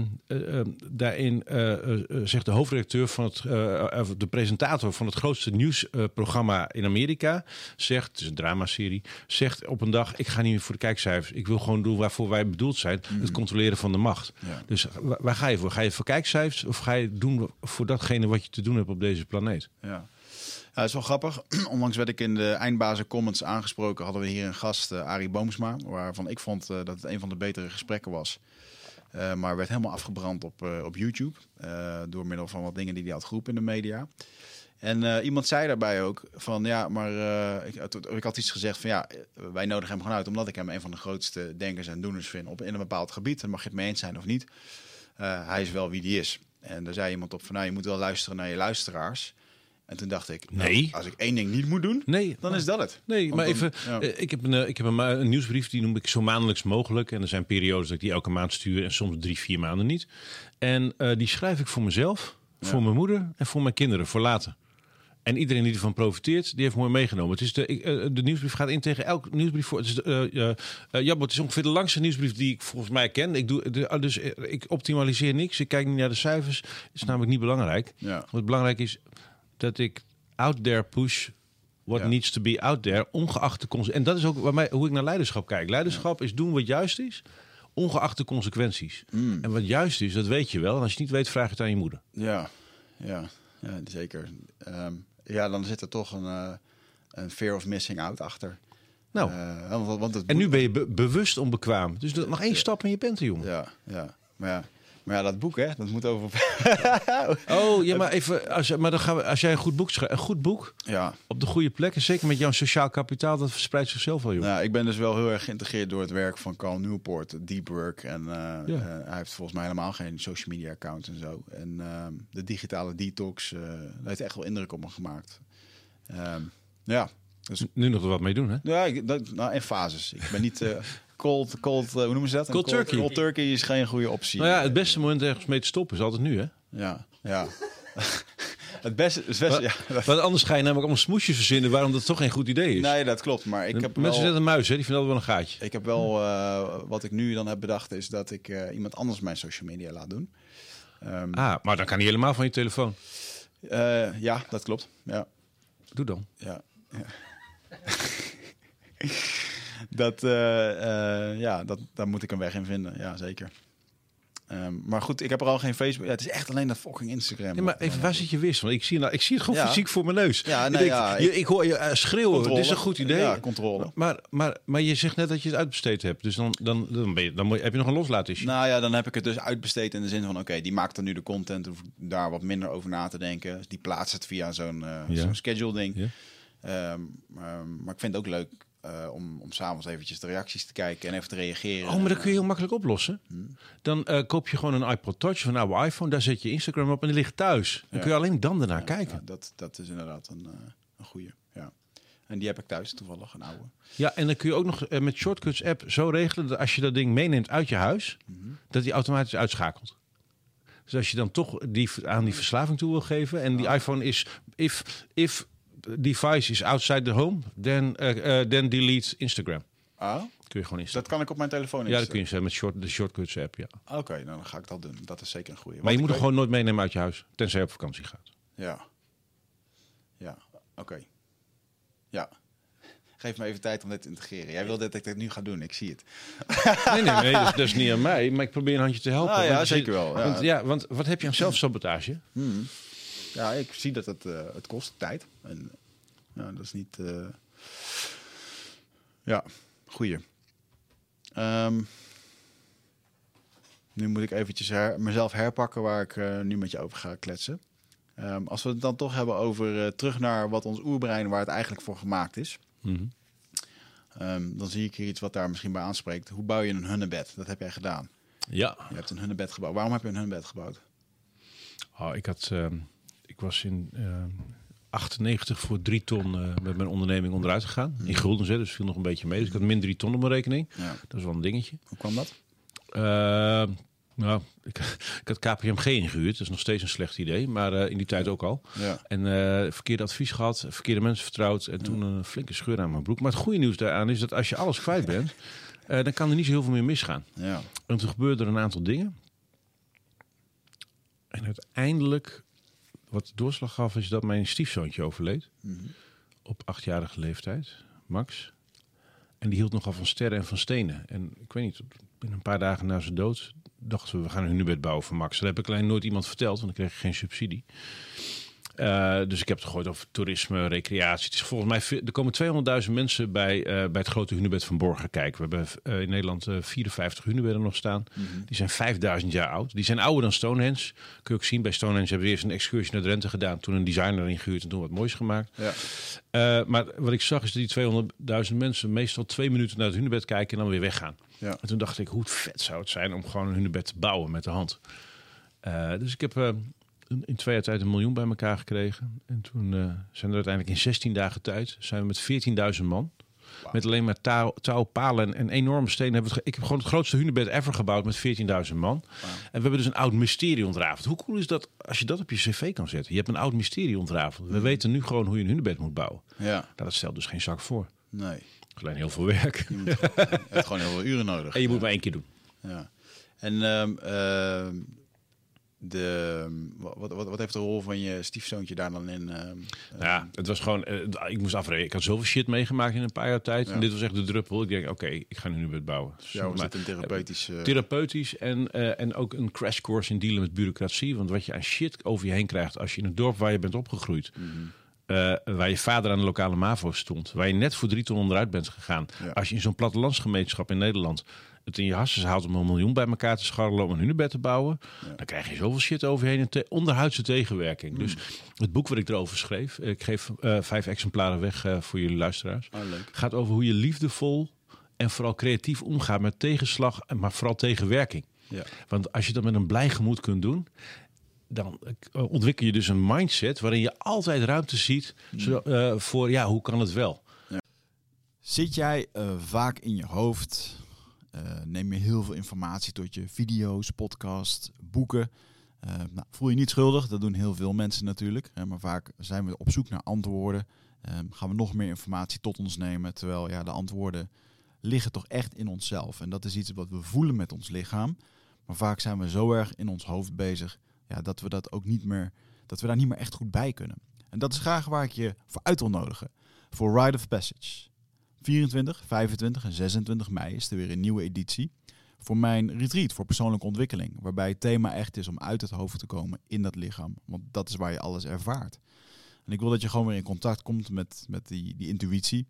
daarin zegt de hoofdredacteur van de presentator van het grootste nieuwsprogramma in Amerika, zegt, het is een dramaserie, zegt op een dag, ik ga niet meer voor de kijkcijfers. Ik wil gewoon doen waarvoor wij bedoeld zijn, het controleren van de macht. Ja. Dus waar ga je voor? Ga je voor kijkcijfers of ga je doen voor datgene wat je te doen hebt op deze planeet? Ja. Ja, dat is wel grappig. Onlangs werd ik in de Eindbazen Comments aangesproken. Hadden we hier een gast, Arie Boomsma, waarvan ik vond dat het een van de betere gesprekken was. Maar werd helemaal afgebrand op YouTube. Door middel van wat dingen die hij had geroepen in de media. En iemand zei daarbij ook van ja, maar ik had iets gezegd van ja, wij nodigen hem gewoon uit omdat ik hem een van de grootste denkers en doeners vind in een bepaald gebied. Dan mag je het mee eens zijn of niet. Hij is wel wie die is. En daar zei iemand op van nou, je moet wel luisteren naar je luisteraars. En toen dacht ik, nou, als ik één ding niet moet doen, dan is dat het. Nee, maar even, ik heb een nieuwsbrief, die noem ik zo maandelijks mogelijk. En er zijn periodes dat ik die elke maand stuur en soms 3-4 maanden niet. En die schrijf ik voor mezelf, voor mijn moeder en voor mijn kinderen, voor later. En iedereen die ervan profiteert, die heeft mooi meegenomen. Het is de nieuwsbrief gaat in tegen elk nieuwsbrief voor. Het is ongeveer de langste nieuwsbrief die ik volgens mij ken. Ik optimaliseer niks. Ik kijk niet naar de cijfers. Het is namelijk niet belangrijk. Ja. Wat belangrijk is dat ik out there push what needs to be out there, ongeacht de consequenties. En dat is ook hoe ik naar leiderschap kijk. Leiderschap is doen wat juist is, ongeacht de consequenties. En wat juist is, dat weet je wel. En als je het niet weet, vraag het aan je moeder. Ja, zeker. Dan zit er toch een fear of missing out achter. Nou, en nu ben je bewust onbekwaam. Dus nog 1 stap en je bent er, jongen. Maar ja, dat boek, hè, dat moet over... maar even, als jij een goed boek schrijft, een goed boek op de goede plek, en zeker met jouw sociaal kapitaal, dat verspreidt zichzelf wel, joh. Nou, ik ben dus wel heel erg geïntegreerd door het werk van Cal Newport, Deep Work. En hij heeft volgens mij helemaal geen social media account en zo. En de digitale detox, dat heeft echt wel indruk op me gemaakt. Dus nu nog er wat mee doen, hè? Ja, in fases. Ik ben niet... Cold, hoe noemen ze dat? Cold turkey. Cold turkey is geen goede optie. Nou ja, het beste moment ergens mee te stoppen is altijd nu, hè? Ja. Het beste Want anders ga je namelijk allemaal smoesjes verzinnen waarom dat toch geen goed idee is. Nee, dat klopt. Maar mensen zetten een muis, hè? Die vinden altijd wel een gaatje. Ik heb wel, wat ik nu dan heb bedacht, is dat ik iemand anders mijn social media laat doen. Maar dan kan hij helemaal van je telefoon. Ja, dat klopt. Ja. Doe dan. Ja. Daar moet ik een weg in vinden. Ja, zeker. Maar goed, ik heb er al geen Facebook. Ja, het is echt alleen dat fucking Instagram. Ja, maar even, waar zit je wist? Want ik zie het gewoon fysiek voor mijn neus. Ja, ik hoor je schreeuwen. Controle. Dit is een goed idee. Ja, controle. Maar je zegt net dat je het uitbesteed hebt. Dus dan heb je nog een loslaat-issue. Nou ja, dan heb ik het dus uitbesteed in de zin van... Oké, die maakt dan nu de content. Hoef ik daar wat minder over na te denken. Die plaatst het via zo'n schedule ding. Ja. Maar ik vind het ook leuk... om 's avonds eventjes de reacties te kijken en even te reageren. Maar dat kun je heel makkelijk oplossen. Dan koop je gewoon een iPod Touch of een oude iPhone. Daar zet je Instagram op en die ligt thuis. Dan kun je alleen dan daarna kijken. Ja, dat is inderdaad een goeie. Ja. En die heb ik thuis toevallig, een oude. Ja, en dan kun je ook nog met Shortcuts app zo regelen... dat als je dat ding meeneemt uit je huis... dat die automatisch uitschakelt. Dus als je dan toch aan die verslaving toe wil geven... en die iPhone is... if device is outside the home, then delete Instagram. Kun je gewoon instellen. Dat kan ik op mijn telefoon instellen? Ja, dat kun je instellen met de Shortcuts app, ja. Oké, dan ga ik dat doen. Dat is zeker een goeie. Maar je moet er gewoon nooit meenemen uit je huis, tenzij je op vakantie gaat. Ja, oké. Ja. Geef me even tijd om dit te integreren. Jij wil dat ik dit nu ga doen, ik zie het. Nee, dat is niet aan mij, maar ik probeer een handje te helpen. Ja, zeker wel. Ja. Want wat heb je aan zelfsabotage? Ja, ik zie dat het kost tijd. En dat is niet... goeie. Nu moet ik eventjes mezelf herpakken waar ik nu met je over ga kletsen. Als we het dan toch hebben over terug naar wat ons oerbrein, waar het eigenlijk voor gemaakt is. Dan zie ik hier iets wat daar misschien bij aanspreekt. Hoe bouw je een hunnebed? Dat heb jij gedaan. Ja. Je hebt een hunnebed gebouwd. Waarom heb je een hunnebed gebouwd? Ik was in 98 voor 3 ton met mijn onderneming onderuit gegaan. In guldens, dus viel nog een beetje mee. Dus ik had min 3 ton op mijn rekening. Ja. Dat is wel een dingetje. Hoe kwam dat? Nou, ik had KPMG ingehuurd. Dat is nog steeds een slecht idee, maar in die tijd ook al. Ja. En verkeerde advies gehad, verkeerde mensen vertrouwd. En toen een flinke scheur aan mijn broek. Maar het goede nieuws daaraan is dat als je alles kwijt bent, dan kan er niet zo heel veel meer misgaan. Ja. En toen gebeurde er een aantal dingen. En uiteindelijk, wat de doorslag gaf, is dat mijn stiefzoontje overleed. Mm-hmm. Op 8-jarige leeftijd, Max. En die hield nogal van sterren en van stenen. En ik weet niet, binnen een paar dagen na zijn dood dachten we gaan een hunebed bouwen voor Max. Dat heb ik alleen nooit iemand verteld, want dan kreeg ik geen subsidie. Dus ik heb het gegooid over toerisme, recreatie. Het is volgens mij, er komen 200.000 mensen bij het grote hunebed van Borger kijken. We hebben in Nederland 54 hunebedden nog staan. Mm-hmm. Die zijn 5000 jaar oud. Die zijn ouder dan Stonehenge. Kun je ook zien, bij Stonehenge hebben we eerst een excursie naar Drenthe gedaan. Toen een designer ingehuurd en toen wat moois gemaakt. Ja. Maar wat ik zag is dat die 200.000 mensen meestal 2 minuten naar het hunebed kijken en dan weer weggaan. Ja. En toen dacht ik, hoe vet zou het zijn om gewoon een hunebed te bouwen met de hand. Dus ik heb in 2 jaar tijd 1 miljoen bij elkaar gekregen. En toen zijn er uiteindelijk in 16 dagen tijd zijn we met 14.000 man. Wow. Met alleen maar touw, palen en enorme stenen. Ik heb gewoon het grootste hunebed ever gebouwd met 14.000 man. Wow. En we hebben dus een oud mysterie ontrafeld. Hoe cool is dat als je dat op je cv kan zetten? Je hebt een oud mysterie ontrafeld. We weten nu gewoon hoe je een hunebed moet bouwen. Ja. Nou, dat stelt dus geen zak voor. Nee. Alleen heel veel werk. Je hebt gewoon heel veel uren nodig. En je moet maar 1 keer doen. Ja. En wat heeft de rol van je stiefzoontje daar dan in? Ja, het was gewoon, ik moest afrekenen. Ik had zoveel shit meegemaakt in een paar jaar tijd. Ja. En dit was echt de druppel. Ik denk, oké, ik ga nu weer bouwen. Ja, was het een therapeutisch en ook een crash course in dealen met bureaucratie. Want wat je aan shit over je heen krijgt als je in het dorp waar je bent opgegroeid, waar je vader aan de lokale MAVO stond, waar je net voor 3 ton onderuit bent gegaan. Ja. Als je in zo'n plattelandsgemeenschap in Nederland het in je hassens haalt om 1 miljoen bij elkaar te scharrelen om een hunebed te bouwen, dan krijg je zoveel shit over je heen en onderhuidse tegenwerking. Dus het boek wat ik erover schreef, ik geef 5 exemplaren weg voor jullie luisteraars, gaat over hoe je liefdevol en vooral creatief omgaat met tegenslag, maar vooral tegenwerking. Ja. Want als je dat met een blij gemoed kunt doen, dan ontwikkel je dus een mindset waarin je altijd ruimte ziet voor hoe kan het wel. Ja. Zit jij vaak in je hoofd? Neem je heel veel informatie tot je video's, podcasts, boeken. Voel je niet schuldig, dat doen heel veel mensen natuurlijk. Maar vaak zijn we op zoek naar antwoorden. Gaan we nog meer informatie tot ons nemen. Terwijl de antwoorden liggen toch echt in onszelf. En dat is iets wat we voelen met ons lichaam. Maar vaak zijn we zo erg in ons hoofd bezig dat we dat ook niet meer, dat we daar niet meer echt goed bij kunnen. En dat is graag waar ik je voor uit wil nodigen. Voor Rite of Passage. 24, 25 en 26 mei is er weer een nieuwe editie voor mijn retreat voor persoonlijke ontwikkeling. Waarbij het thema echt is om uit het hoofd te komen in dat lichaam. Want dat is waar je alles ervaart. En ik wil dat je gewoon weer in contact komt met die intuïtie.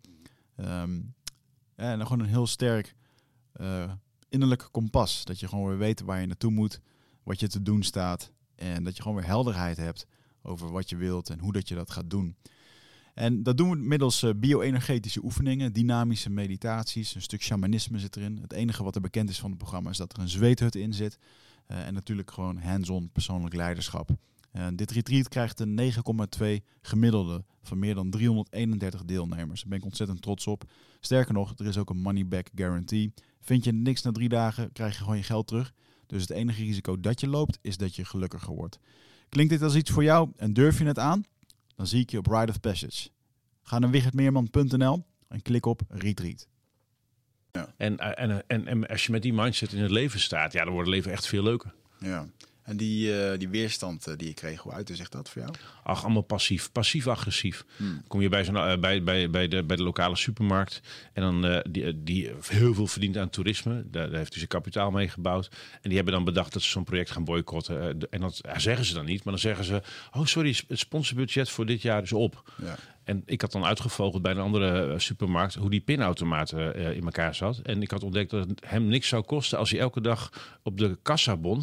En dan gewoon een heel sterk innerlijk kompas. Dat je gewoon weer weet waar je naartoe moet, wat je te doen staat. En dat je gewoon weer helderheid hebt over wat je wilt en hoe dat je dat gaat doen. En dat doen we middels bio-energetische oefeningen, dynamische meditaties, een stuk shamanisme zit erin. Het enige wat er bekend is van het programma is dat er een zweethut in zit. En natuurlijk gewoon hands-on persoonlijk leiderschap. Dit retreat krijgt een 9,2 gemiddelde van meer dan 331 deelnemers. Daar ben ik ontzettend trots op. Sterker nog, er is ook een money-back guarantee. Vind je niks na 3 dagen, krijg je gewoon je geld terug. Dus het enige risico dat je loopt, is dat je gelukkiger wordt. Klinkt dit als iets voor jou en durf je het aan? Dan zie ik je op Rite of Passage. Ga naar wichertmeerman.nl en klik op Retreat. Ja. En als je met die mindset in het leven staat, dan wordt het leven echt veel leuker. Ja. En die weerstand die je kreeg, hoe uitte zich dat voor jou? Ach, allemaal passief-agressief. Kom je bij de lokale supermarkt en dan die heel veel verdient aan toerisme. Daar heeft hij zijn kapitaal mee gebouwd. En die hebben dan bedacht dat ze zo'n project gaan boycotten. En dat zeggen ze dan niet, maar dan zeggen ze: oh sorry, het sponsorbudget voor dit jaar is op. Ja. En ik had dan uitgevogeld bij een andere supermarkt hoe die pinautomaat in elkaar zat. En ik had ontdekt dat het hem niks zou kosten als hij elke dag op de kassabon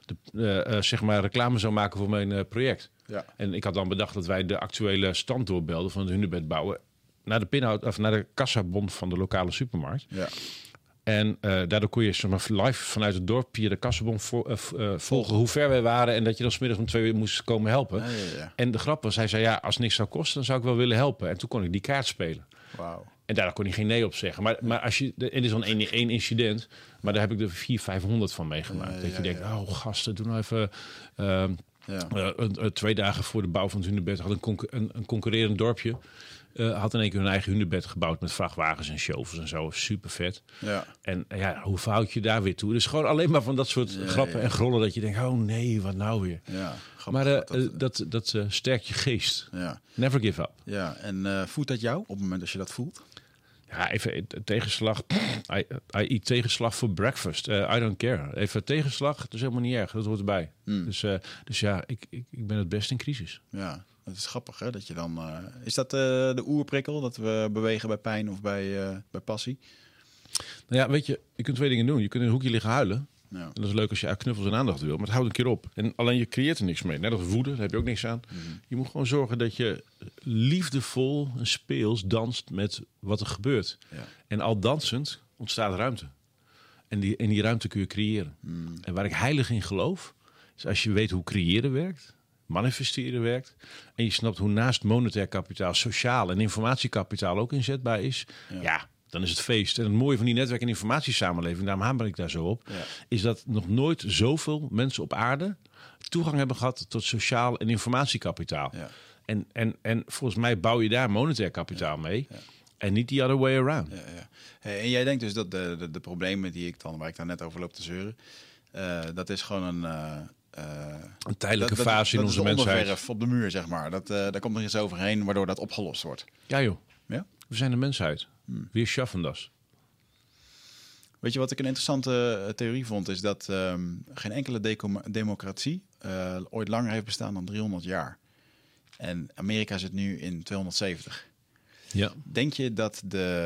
reclame zou maken voor mijn project. Ja. En ik had dan bedacht dat wij de actuele stand doorbelden van het hunebed bouwen naar de kassabon van de lokale supermarkt. Ja. En daardoor kon je live vanuit het dorp via de kassabon volgen hoe ver wij waren en dat je dan 's middags om 2 uur moest komen helpen. Ja. En de grap was, hij zei als niks zou kosten, dan zou ik wel willen helpen. En toen kon ik die kaart spelen. Wauw. En daar kon hij geen nee op zeggen. Maar als je, het is dan één incident, maar daar heb ik er 400-500 van meegemaakt. Dat je denkt, gasten, doe nou even... 2 dagen voor de bouw van het hunebed had een concurrerend dorpje... had in één keer hun eigen hunebed gebouwd met vrachtwagens en shovels en zo. Super vet. Ja. En hoe verhoud je daar weer toe? Dus gewoon alleen maar van dat soort grappen en grollen dat je denkt, oh nee, wat nou weer? Ja, maar dat sterkt je geest. Ja. Never give up. Ja, en voedt dat jou op het moment dat je dat voelt? Ja, even tegenslag. I eat tegenslag for breakfast. I don't care. Even tegenslag, dat is helemaal niet erg. Dat hoort erbij. Dus ja, ik ben het best in crisis. Ja. Het is grappig, hè? Dat je dan. Is dat de oerprikkel? Dat we bewegen bij pijn of bij passie? Nou ja, weet je kunt 2 dingen doen. Je kunt in een hoekje liggen huilen. Ja. En dat is leuk als je uit knuffels en aandacht wil. Maar het houdt een keer op. En alleen je creëert er niks mee. Net als woede, daar heb je ook niks aan. Mm-hmm. Je moet gewoon zorgen dat je liefdevol en speels danst met wat er gebeurt. Ja. En al dansend ontstaat ruimte. En die ruimte kun je creëren. Mm. En waar ik heilig in geloof, is als je weet hoe creëren werkt, manifesteren werkt, en je snapt hoe naast monetair kapitaal sociaal en informatiekapitaal ook inzetbaar is, dan is het feest. En het mooie van die netwerk- en informatiesamenleving, daarom hamer ik daar zo op, is dat nog nooit zoveel mensen op aarde toegang hebben gehad tot sociaal en informatiekapitaal. Ja. En volgens mij bouw je daar monetair kapitaal mee. Ja. En niet the other way around. Ja. Hey, en jij denkt dus dat de problemen waar ik daar net over loop te zeuren, dat is gewoon een tijdelijke fase in onze mensheid. Dat is onderwerf op de muur, zeg maar. Daar komt nog iets overheen waardoor dat opgelost wordt. Ja joh. Ja? We zijn de mensheid. Wir schaffen das. Weet je wat ik een interessante theorie vond? Is dat geen enkele democratie ooit langer heeft bestaan dan 300 jaar. En Amerika zit nu in 270. Ja. Denk je dat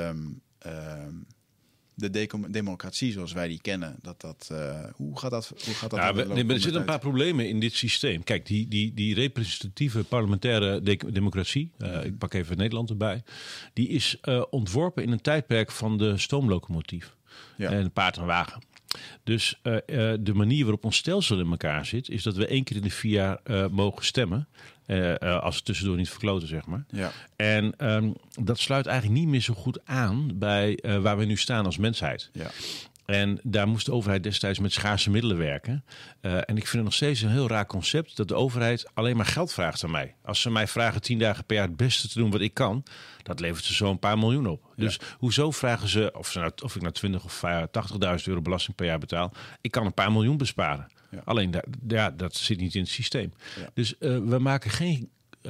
de democratie zoals wij die kennen, hoe gaat dat? Er zitten een paar problemen in dit systeem. Kijk, die representatieve parlementaire democratie, ik pak even Nederland erbij, die is ontworpen in een tijdperk van de stoomlocomotief en paard en wagen. Dus de manier waarop ons stelsel in elkaar zit, is dat we 1 keer in de 4 jaar mogen stemmen. Als het tussendoor niet verkloten, zeg maar. Ja. En dat sluit eigenlijk niet meer zo goed aan bij waar we nu staan als mensheid. Ja. En daar moest de overheid destijds met schaarse middelen werken. En ik vind het nog steeds een heel raar concept dat de overheid alleen maar geld vraagt aan mij. Als ze mij vragen 10 dagen per jaar het beste te doen wat ik kan, dat levert ze zo een paar miljoen op. Ja. Dus hoezo vragen ze of ik nou 20 of 80.000 euro belasting per jaar betaal? Ik kan een paar miljoen besparen. Ja. Alleen dat zit niet in het systeem. Ja. Dus we maken geen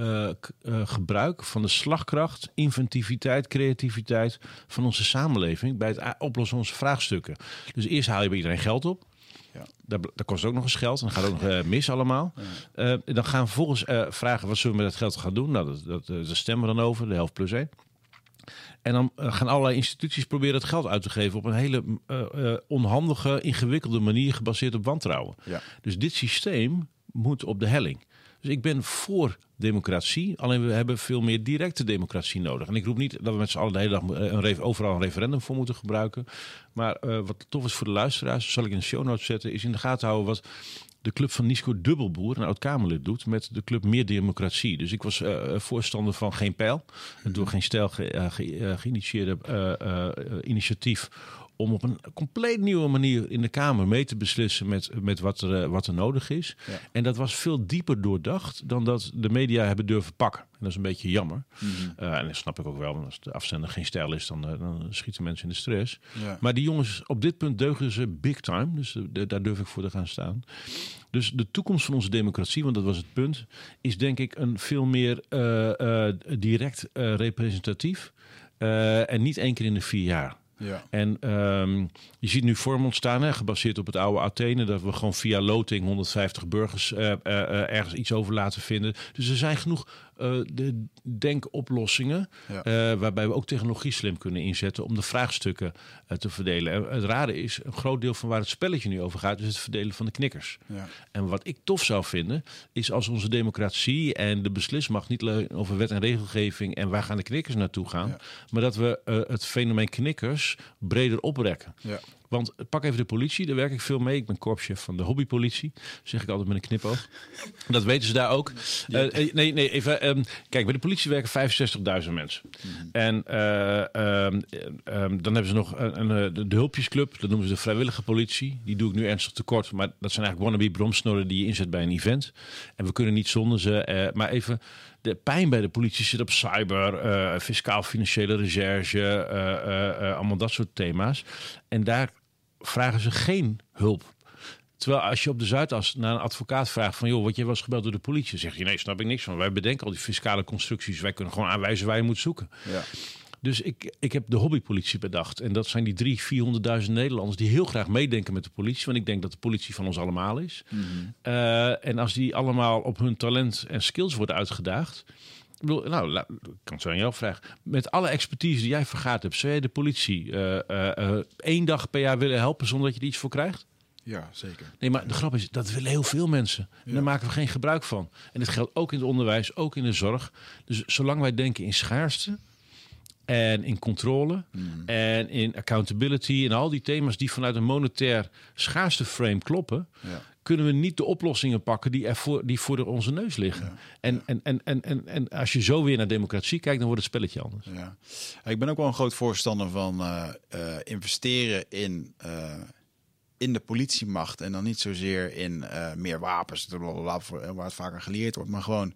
gebruik van de slagkracht, inventiviteit, creativiteit van onze samenleving bij het oplossen van onze vraagstukken. Dus eerst haal je bij iedereen geld op. Ja. Dat kost ook nog eens geld. En dan gaat ook nog mis allemaal. Ja. Dan gaan we vervolgens vragen, wat zullen we met dat geld gaan doen? Nou, dat stemmen we dan over, de helft plus 1. En dan gaan allerlei instituties proberen het geld uit te geven op een hele onhandige, ingewikkelde manier gebaseerd op wantrouwen. Ja. Dus dit systeem moet op de helling. Dus ik ben voor democratie, alleen we hebben veel meer directe democratie nodig. En ik roep niet dat we met z'n allen de hele dag overal een referendum voor moeten gebruiken. Maar wat tof is voor de luisteraars, zal ik in de show notes zetten, is in de gaten houden wat de club van Nico Dubbelboer, een oud-Kamerlid, doet met de club Meer Democratie. Dus ik was voorstander van Geen Pijl, door Geen Stijl geïnitieerde initiatief om op een compleet nieuwe manier in de Kamer mee te beslissen met wat er nodig is. Ja. En dat was veel dieper doordacht dan dat de media hebben durven pakken. En dat is een beetje jammer. Mm-hmm. En dat snap ik ook wel, want als de afzender geen stijl is, dan schieten mensen in de stress. Ja. Maar die jongens, op dit punt deugen ze big time. Dus daar durf ik voor te gaan staan. Dus de toekomst van onze democratie, want dat was het punt, is denk ik een veel meer direct representatief. En niet 1 keer in de 4 jaar. Ja. En je ziet nu vorm ontstaan, gebaseerd op het oude Athene, dat we gewoon via loting 150 burgers ergens iets over laten vinden. Dus er zijn genoeg de denkoplossingen waarbij we ook technologie slim kunnen inzetten om de vraagstukken te verdelen. En het rare is, een groot deel van waar het spelletje nu over gaat, is het verdelen van de knikkers. Ja. En wat ik tof zou vinden, is als onze democratie en de beslismacht niet alleen over wet en regelgeving en waar gaan de knikkers naartoe gaan, maar dat we het fenomeen knikkers breder oprekken. Ja. Want pak even de politie, daar werk ik veel mee. Ik ben korpschef van de hobbypolitie. Zeg ik altijd met een knipoog. Dat weten ze daar ook. Kijk, bij de politie werken 65.000 mensen. En dan hebben ze nog de hulpjesclub. Dat noemen ze de vrijwillige politie. Die doe ik nu ernstig tekort. Maar dat zijn eigenlijk wannabe bromsnorren die je inzet bij een event. En we kunnen niet zonder ze. Maar even, de pijn bij de politie zit op cyber, fiscaal-financiële recherche, allemaal dat soort thema's. En daar vragen ze geen hulp. Terwijl als je op de Zuidas naar een advocaat vraagt van... joh, word je wel eens gebeld door de politie? Dan zeg je, nee, snap ik niks van. Wij bedenken al die fiscale constructies. Wij kunnen gewoon aanwijzen waar je moet zoeken. Ja. Dus ik heb de hobbypolitie bedacht. En dat zijn die 300.000, 400.000 Nederlanders... die heel graag meedenken met de politie. Want ik denk dat de politie van ons allemaal is. Mm-hmm. En als die allemaal op hun talent en skills worden uitgedaagd... Ik bedoel, nou, ik kan het zo aan jou vragen. Met alle expertise die jij vergaard hebt... zou jij de politie 1 dag per jaar willen helpen... zonder dat je er iets voor krijgt? Ja, zeker. Nee, maar de grap is, dat willen heel veel mensen. En daar maken we geen gebruik van. En dit geldt ook in het onderwijs, ook in de zorg. Dus zolang wij denken in schaarste... en in controle en in accountability... en al die thema's die vanuit een monetair schaarste frame kloppen... Ja. Kunnen we niet de oplossingen pakken die voor onze neus liggen. Ja. En als je zo weer naar democratie kijkt... dan wordt het spelletje anders. Ja. Ik ben ook wel een groot voorstander van investeren in de politiemacht... en dan niet zozeer in meer wapens... waar het vaker geleerd wordt, maar gewoon...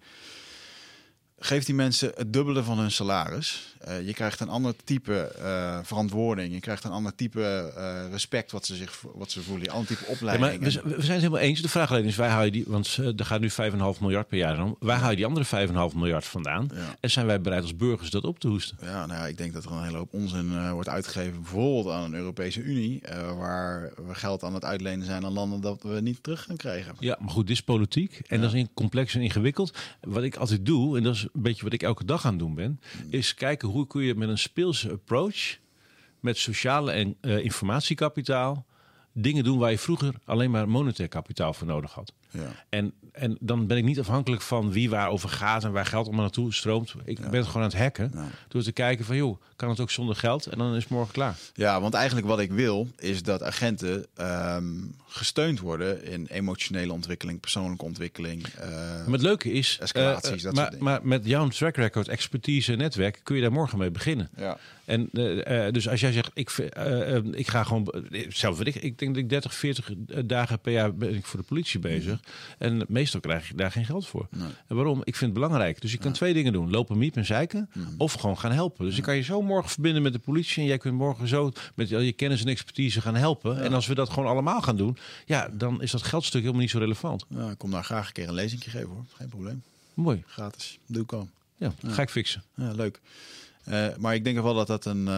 Geef die mensen het dubbele van hun salaris. Je krijgt een ander type verantwoording. Je krijgt een ander type respect wat ze voelen. Een ander type opleiding. Ja, maar we zijn het helemaal eens. De vraag alleen is, waar haal je die... Want er gaat nu 5,5 miljard per jaar om. Waar haal je die andere 5,5 miljard vandaan? Ja. En zijn wij bereid als burgers dat op te hoesten? Ja, nou ja, ik denk dat er een hele hoop onzin wordt uitgegeven. Bijvoorbeeld aan een Europese Unie. Waar we geld aan het uitlenen zijn aan landen dat we niet terug gaan krijgen. Ja, maar goed, dit is politiek. En dat is complex en ingewikkeld. Wat ik altijd doe, en dat is een beetje wat ik elke dag aan het doen ben... is kijken hoe kun je met een speelse approach... met sociale en informatiekapitaal... dingen doen waar je vroeger alleen maar monetair kapitaal voor nodig had. Ja. En dan ben ik niet afhankelijk van wie waarover gaat... en waar geld allemaal naartoe stroomt. Ik ben het gewoon aan het hacken. Ja. Door te kijken van, joh, kan het ook zonder geld? En dan is het morgen klaar. Ja, want eigenlijk wat ik wil... is dat agenten gesteund worden... in emotionele ontwikkeling, persoonlijke ontwikkeling. Maar het leuke is... escalaties, dat soort dingen. Maar met jouw track record, expertise en netwerk... kun je daar morgen mee beginnen. Ja. En dus als jij zegt, ik ga gewoon... Zelf weet ik denk dat ik 30, 40 dagen per jaar ben ik voor de politie bezig. En meestal krijg je daar geen geld voor. Nee. En waarom? Ik vind het belangrijk. Dus je kan 2 dingen doen. Lopen miep en zeiken. Of gewoon gaan helpen. Dus ik kan je zo morgen verbinden met de politie. En jij kunt morgen zo met je kennis en expertise gaan helpen. Ja. En als we dat gewoon allemaal gaan doen. Ja, dan is dat geldstuk helemaal niet zo relevant. Ja, ik kom daar graag een keer een lezingje geven hoor. Geen probleem. Mooi. Gratis. Doe ik al. Ja, ga ik fixen. Ja, leuk. Maar ik denk wel dat dat een...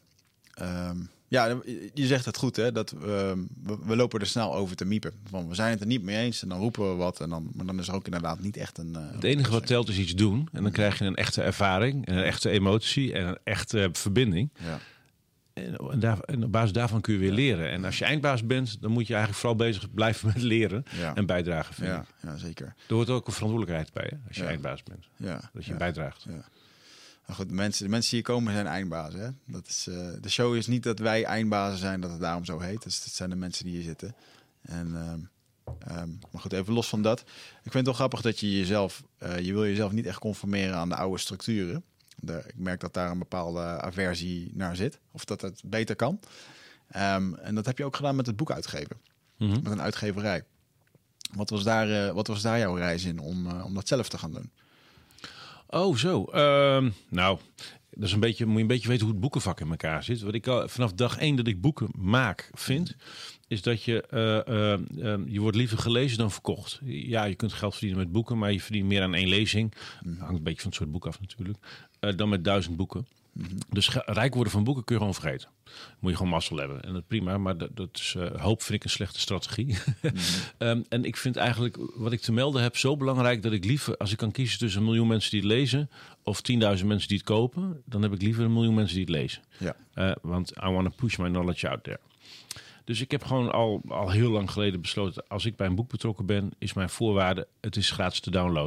ja, je zegt het goed, hè? Dat we lopen er snel over te miepen. Van, we zijn het er niet mee eens en dan roepen we wat. Maar dan is er ook inderdaad niet echt een... het enige wat telt is iets doen. En dan krijg je een echte ervaring, en een echte emotie en een echte verbinding. Ja. En op basis daarvan kun je weer leren. En als je eindbaas bent, dan moet je eigenlijk vooral bezig blijven met leren en bijdragen. Ja, zeker. Er hoort ook een verantwoordelijkheid bij, hè, als je eindbaas bent. Ja. Dat je bijdraagt. Ja. Nou goed, de mensen die hier komen zijn eindbazen. Hè? Dat is, de show is niet dat wij eindbazen zijn, dat het daarom zo heet. Dus dat zijn de mensen die hier zitten. En, maar goed, even los van dat. Ik vind het wel grappig dat je wil jezelf niet echt conformeren aan de oude structuren. Ik merk dat daar een bepaalde aversie naar zit. Of dat het beter kan. En dat heb je ook gedaan met het boek uitgeven. Met een uitgeverij. Wat was daar jouw reis in om dat zelf te gaan doen? Oh, zo. Nou, dat is moet je een beetje weten hoe het boekenvak in elkaar zit. Wat ik al vanaf dag 1 dat ik boeken maak vind, is dat je wordt liever gelezen dan verkocht. Ja, je kunt geld verdienen met boeken, maar je verdient meer aan 1 lezing. Hangt een beetje van het soort boek af natuurlijk. Dan met 1000 boeken. Dus rijk worden van boeken kun je gewoon vergeten. Moet je gewoon mazzel hebben. En dat prima, maar dat is hoop vind ik een slechte strategie. En ik vind eigenlijk wat ik te melden heb zo belangrijk dat ik liever, als ik kan kiezen tussen 1 miljoen mensen die het lezen of 10.000 mensen die het kopen, dan heb ik liever 1 miljoen mensen die het lezen. Ja. Want I want to push my knowledge out there. Dus ik heb gewoon al heel lang geleden besloten, als ik bij een boek betrokken ben, is mijn voorwaarde, het is gratis te downloaden.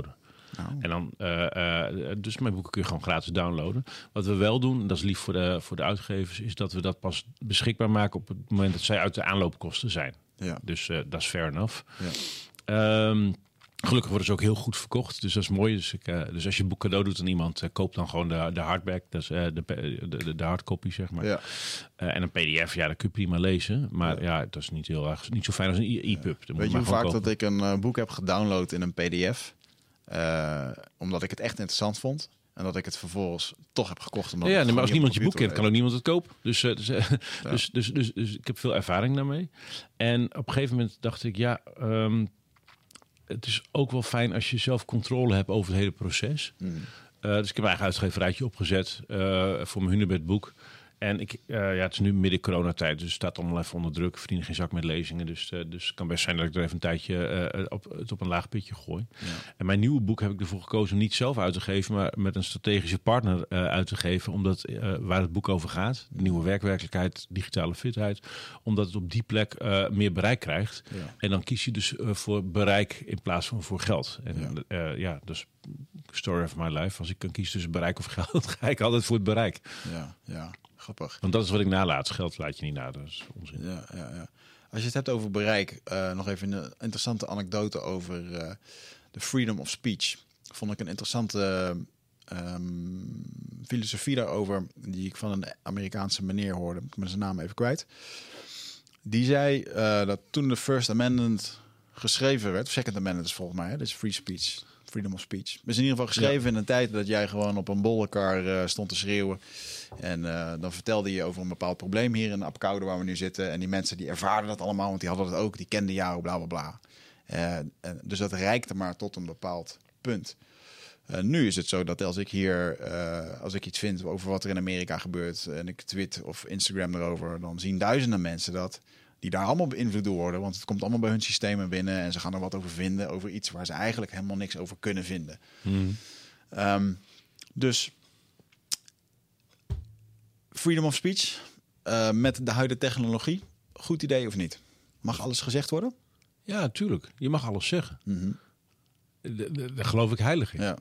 En dan, dus mijn boeken kun je gewoon gratis downloaden. Wat we wel doen, dat is lief voor de uitgevers, is dat we dat pas beschikbaar maken op het moment dat zij uit de aanloopkosten zijn. Ja. Dus dat is fair enough. Ja. Gelukkig worden ze ook heel goed verkocht, dus dat is mooi. Dus als je een boek cadeau doet aan iemand, koop dan gewoon de hardback, dat is de hardcopy, zeg maar. Ja. En een PDF, dat kun je prima lezen. Maar dat is niet zo fijn als een e-pub. Ja. Weet je hoe vaak dat ik een boek heb gedownload in een PDF? Omdat ik het echt interessant vond. En dat ik het vervolgens toch heb gekocht. Maar als niemand je boek kent, kan ook niemand het kopen. Dus ik heb veel ervaring daarmee. En op een gegeven moment dacht ik, het is ook wel fijn als je zelf controle hebt over het hele proces. Dus ik heb mijn eigen uitgeverijtje opgezet voor mijn Hunebed boek. En het is nu midden coronatijd, dus het staat allemaal even onder druk. Ik verdien geen zak met lezingen, dus het kan best zijn dat ik er even een tijdje op een laag pitje gooi. Ja. En mijn nieuwe boek heb ik ervoor gekozen om niet zelf uit te geven, maar met een strategische partner uit te geven. Omdat waar het boek over gaat, de nieuwe werkwerkelijkheid, digitale fitheid, omdat het op die plek meer bereik krijgt. Ja. En dan kies je dus voor bereik in plaats van voor geld. En dus story of my life. Als ik kan kiezen tussen bereik of geld, ga ik altijd voor het bereik. Ja. Grappig. Want dat is wat ik nalaat. Geld laat je niet na. Dat is onzin. Ja. Als je het hebt over bereik, nog even een interessante anekdote over de freedom of speech. Vond ik een interessante filosofie daarover, die ik van een Amerikaanse meneer hoorde. Ik ben zijn naam even kwijt. Die zei dat toen de First Amendment geschreven werd, of Second Amendment is volgens mij, dat is free speech. Freedom of speech. Het is in ieder geval geschreven in een tijd dat jij gewoon op een bollenkar stond te schreeuwen. En dan vertelde je over een bepaald probleem hier in Apeldoorn waar we nu zitten. En die mensen die ervaarden dat allemaal, want die hadden het ook. Die kenden jou, bla bla bla. Dus dat reikte maar tot een bepaald punt. Nu is het zo dat als ik iets vind over wat er in Amerika gebeurt en ik tweet of Instagram erover, dan zien duizenden mensen dat, die daar allemaal beïnvloed door worden. Want het komt allemaal bij hun systemen binnen en ze gaan er wat over vinden, over iets waar ze eigenlijk helemaal niks over kunnen vinden. Dus freedom of speech met de huidige technologie, goed idee of niet? Mag alles gezegd worden? Ja, tuurlijk. Je mag alles zeggen. Daar geloof ik heilig in. Ja.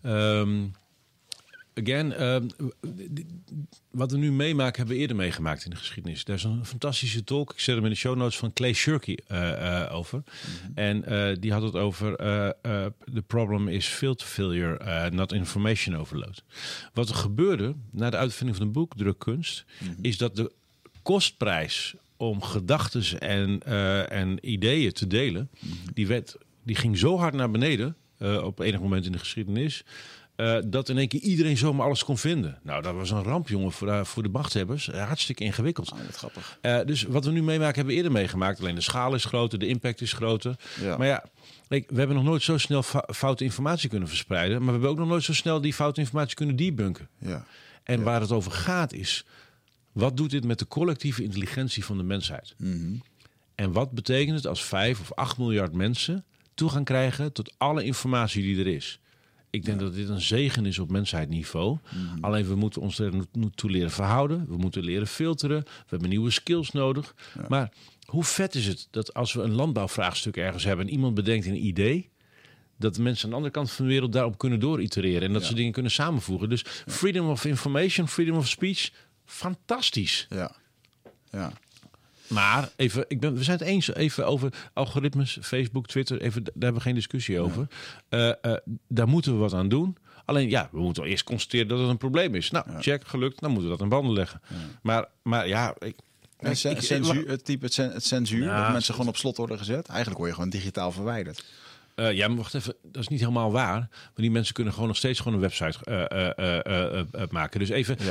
Wat we nu meemaken, hebben we eerder meegemaakt in de geschiedenis. Daar is een fantastische talk. Ik zet hem in de show notes van Clay Shirky over. En die had het over the problem is filter failure, not information overload. Wat er gebeurde na de uitvinding van de boekdrukkunst, is dat de kostprijs om gedachten en ideeën te delen, die ging zo hard naar beneden op enig moment in de geschiedenis, dat in één keer iedereen zomaar alles kon vinden. Nou, dat was een ramp, jongen, voor de machthebbers. Hartstikke ingewikkeld. Wat grappig. Dus wat we nu meemaken, hebben we eerder meegemaakt. Alleen de schaal is groter, de impact is groter. Ja. Maar ja, we hebben nog nooit zo snel foute informatie kunnen verspreiden. Maar we hebben ook nog nooit zo snel die foute informatie kunnen debunken. Ja. En waar het over gaat is, wat doet dit met de collectieve intelligentie van de mensheid? En wat betekent het als 5 of 8 miljard mensen toegang krijgen tot alle informatie die er is? Ik denk dat dit een zegen is op mensheidniveau. Alleen we moeten ons er toe leren verhouden. We moeten leren filteren. We hebben nieuwe skills nodig. Ja. Maar hoe vet is het dat als we een landbouwvraagstuk ergens hebben en iemand bedenkt een idee, dat de mensen aan de andere kant van de wereld daarop kunnen dooritereren en dat ze dingen kunnen samenvoegen. Dus freedom of information, freedom of speech, fantastisch. Ja. Maar even, we zijn het eens even over algoritmes, Facebook, Twitter. Daar hebben we geen discussie over. Daar moeten we wat aan doen. Alleen we moeten eerst constateren dat het een probleem is. Nou, check, gelukt. Dan moeten we dat in banden leggen. Maar het censuur, dat mensen gewoon op slot worden gezet. Eigenlijk word je gewoon digitaal verwijderd. Maar wacht even, dat is niet helemaal waar. Want die mensen kunnen gewoon nog steeds een website maken. Dus even,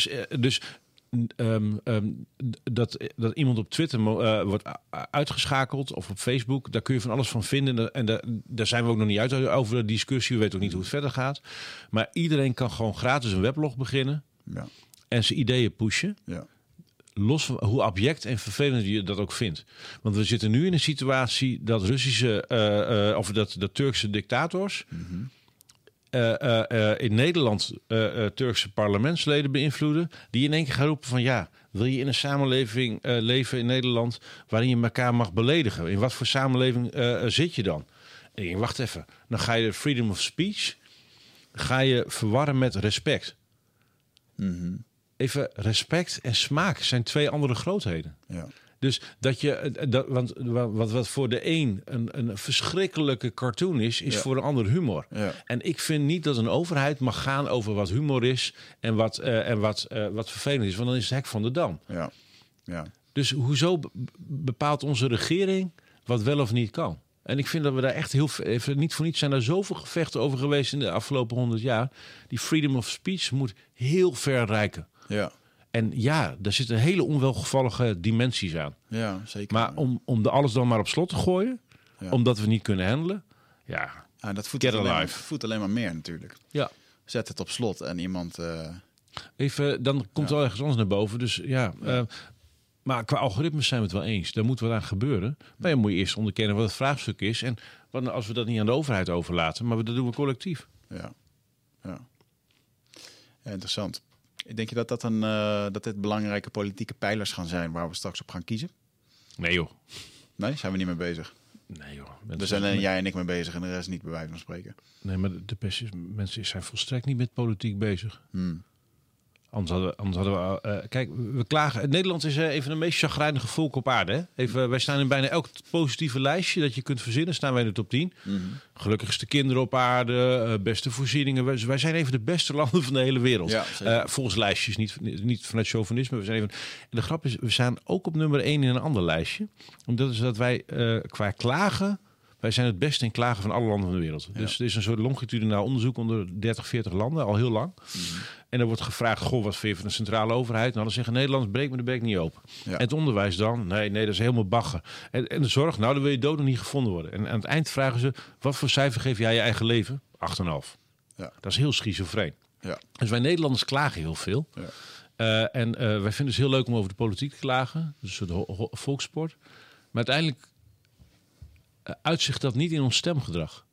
dat iemand op Twitter wordt uitgeschakeld of op Facebook, daar kun je van alles van vinden. En daar zijn we ook nog niet uit over de discussie. We weten ook niet hoe het verder gaat. Maar iedereen kan gewoon gratis een weblog beginnen en zijn ideeën pushen. Ja. Los van hoe abject en vervelend je dat ook vindt. Want we zitten nu in een situatie dat Russische of dat Turkse dictators in Nederland Turkse parlementsleden beïnvloeden, die in één keer gaan roepen van wil je in een samenleving leven in Nederland waarin je elkaar mag beledigen? In wat voor samenleving zit je dan? Nee, wacht even. Dan ga je freedom of speech verwarren met respect. Mm-hmm. Even, respect en smaak zijn 2 andere grootheden. Ja. Dus want wat voor de een verschrikkelijke cartoon is voor de ander humor. Ja. En ik vind niet dat een overheid mag gaan over wat humor is en wat vervelend is. Want dan is het hek van de dam. Ja. Ja. Dus hoezo bepaalt onze regering wat wel of niet kan? En ik vind dat we daar echt niet voor niets zijn er zoveel gevechten over geweest in de afgelopen 100 jaar. Die freedom of speech moet heel ver reiken. Ja. En ja, daar zitten hele onwelgevallige dimensies aan. Ja, zeker. Maar om alles dan maar op slot te gooien, omdat we niet kunnen handelen, dat voedt alleen maar meer natuurlijk. Ja. Zet het op slot en iemand... Even, dan komt er wel ergens anders naar boven. Dus maar qua algoritmes zijn we het wel eens. Daar moet wat aan gebeuren. Maar dan moet je eerst onderkennen wat het vraagstuk is. En als we dat niet aan de overheid overlaten, maar dat doen we collectief. Ja, interessant. Denk je dat dit belangrijke politieke pijlers gaan zijn waar we straks op gaan kiezen? Nee joh. Nee, zijn we niet mee bezig? Nee joh. Er zijn alleen jij en ik mee bezig en de rest niet, bij wijze van spreken. Nee, maar mensen zijn volstrekt niet met politiek bezig. Anders hadden we... kijk, we klagen... Nederland is even de meest chagrijnige volk op aarde. Hè? Wij staan in bijna elk positieve lijstje dat je kunt verzinnen. Staan wij in de top 10. Mm-hmm. Gelukkigste kinderen op aarde. Beste voorzieningen. Wij zijn even de beste landen van de hele wereld. Ja, volgens lijstjes. Niet vanuit chauvinisme. En de grap is, we staan ook op nummer 1 in een ander lijstje. En dat is dat wij qua klagen... Wij zijn het beste in klagen van alle landen van de wereld. Ja. Dus er is een soort longitudinaal onderzoek onder 30, 40 landen, al heel lang. Mm-hmm. En er wordt gevraagd, wat vind je van de centrale overheid? Nou, dan zeggen Nederlanders, breek me de bek niet open. Ja. En het onderwijs dan? Nee, dat is helemaal bagger. En de zorg? Nou, dan wil je dood nog niet gevonden worden. En aan het eind vragen ze, wat voor cijfer geef jij je eigen leven? 8,5. Ja. Dat is heel schizofreen. Ja. Dus wij Nederlanders klagen heel veel. Ja. Wij vinden het heel leuk om over de politiek te klagen. Dus een soort volkssport. Maar uiteindelijk... uitzicht dat niet in ons stemgedrag.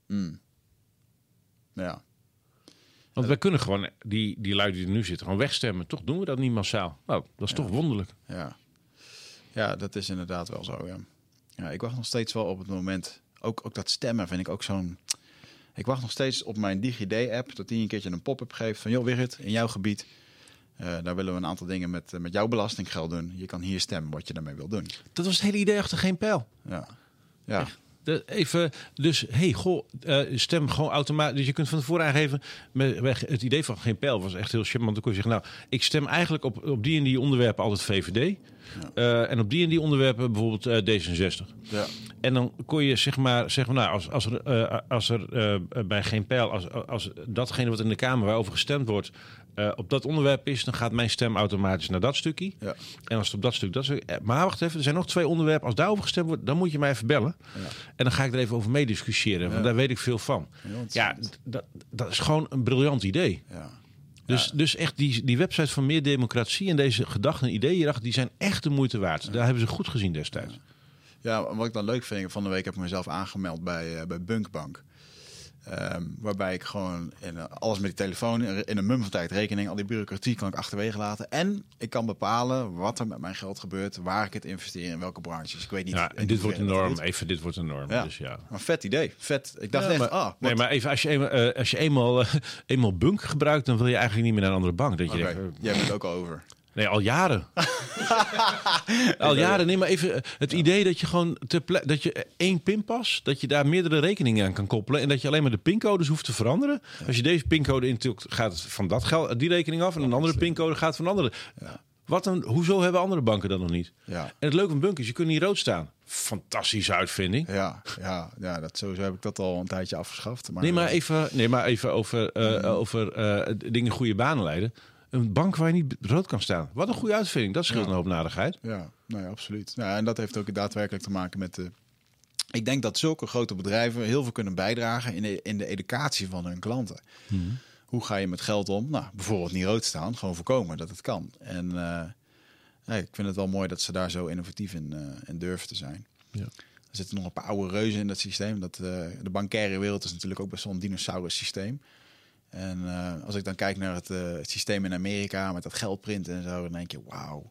Ja. Want wij kunnen gewoon die lui die er nu zitten gewoon wegstemmen. Toch doen we dat niet massaal. Nou, dat is toch wonderlijk. Ja, dat is inderdaad wel zo. Ja, ik wacht nog steeds wel op het moment. Ook dat stemmen vind ik ook zo'n... Ik wacht nog steeds op mijn DigiD-app dat die een keertje een pop-up geeft van... joh, Wigert, in jouw gebied... daar willen we een aantal dingen met jouw belastinggeld doen. Je kan hier stemmen wat je daarmee wil doen. Dat was het hele idee achter Geen Pijl. Ja. Stem gewoon automatisch. Dus je kunt van tevoren aangeven. Het idee van Geen Pijl was echt heel charmant. Dan kon je zeggen, nou, ik stem eigenlijk op die en die onderwerpen altijd VVD. Ja. En op die en die onderwerpen bijvoorbeeld D66. Ja. En dan kon je zeggen, nou, als er bij Geen Pijl, als datgene wat in de Kamer waarover gestemd wordt, op dat onderwerp is, dan gaat mijn stem automatisch naar dat stukje. Ja. En als het op dat stuk... Maar wacht even, er zijn nog 2 onderwerpen. Als daarover gestemd wordt, dan moet je mij even bellen. Ja. En dan ga ik er even over meediscussiëren. Want daar weet ik veel van. Ja, dat is gewoon een briljant idee. Ja. Dus echt die website van Meer Democratie en deze gedachten en ideeën hierachter, die zijn echt de moeite waard. Daar hebben ze goed gezien destijds. Ja, wat ik dan leuk vind, van de week heb ik mezelf aangemeld bij Bunkbank. Waarbij ik gewoon alles met die telefoon in een mum van tijd rekening, al die bureaucratie kan ik achterwege laten. En ik kan bepalen wat er met mijn geld gebeurt, waar ik het investeer, in welke branches. Ik weet niet. Ja, en dit wordt een norm. Dit wordt een norm. Ja. Dus ja. Maar vet idee. Vet. Ik dacht maar even, als je eenmaal Bunk gebruikt, dan wil je eigenlijk niet meer naar een andere bank. Dat je denkt, jij bent ook over. Nee, al jaren. Al jaren. Nee, maar even het idee dat je gewoon dat je 1 pinpas, dat je daar meerdere rekeningen aan kan koppelen en dat je alleen maar de pincodes hoeft te veranderen. Ja. Als je deze pincode intikt, gaat het van dat geld die rekening af en een andere pincode gaat van een andere. Ja. Hoezo hebben andere banken dat nog niet? Ja. En het leuke van Bunk is, je kunt niet rood staan. Fantastische uitvinding. Ja, dat sowieso heb ik dat al een tijdje afgeschaft. Maar maar even over dingen goede banen leiden. Een bank waar je niet rood kan staan. Wat een goede uitvinding. Dat scheelt een hoop nadigheid. Ja, absoluut. Ja, en dat heeft ook daadwerkelijk te maken met ik denk dat zulke grote bedrijven heel veel kunnen bijdragen in de educatie van hun klanten. Mm-hmm. Hoe ga je met geld om? Nou, bijvoorbeeld niet rood staan. Gewoon voorkomen dat het kan. En ik vind het wel mooi dat ze daar zo innovatief in durven te zijn. Ja. Er zitten nog een paar oude reuzen in dat systeem. De bankaire wereld is natuurlijk ook best wel een dinosaurus systeem. En als ik dan kijk naar het systeem in Amerika met dat geldprinten en zo, dan denk je, wauw,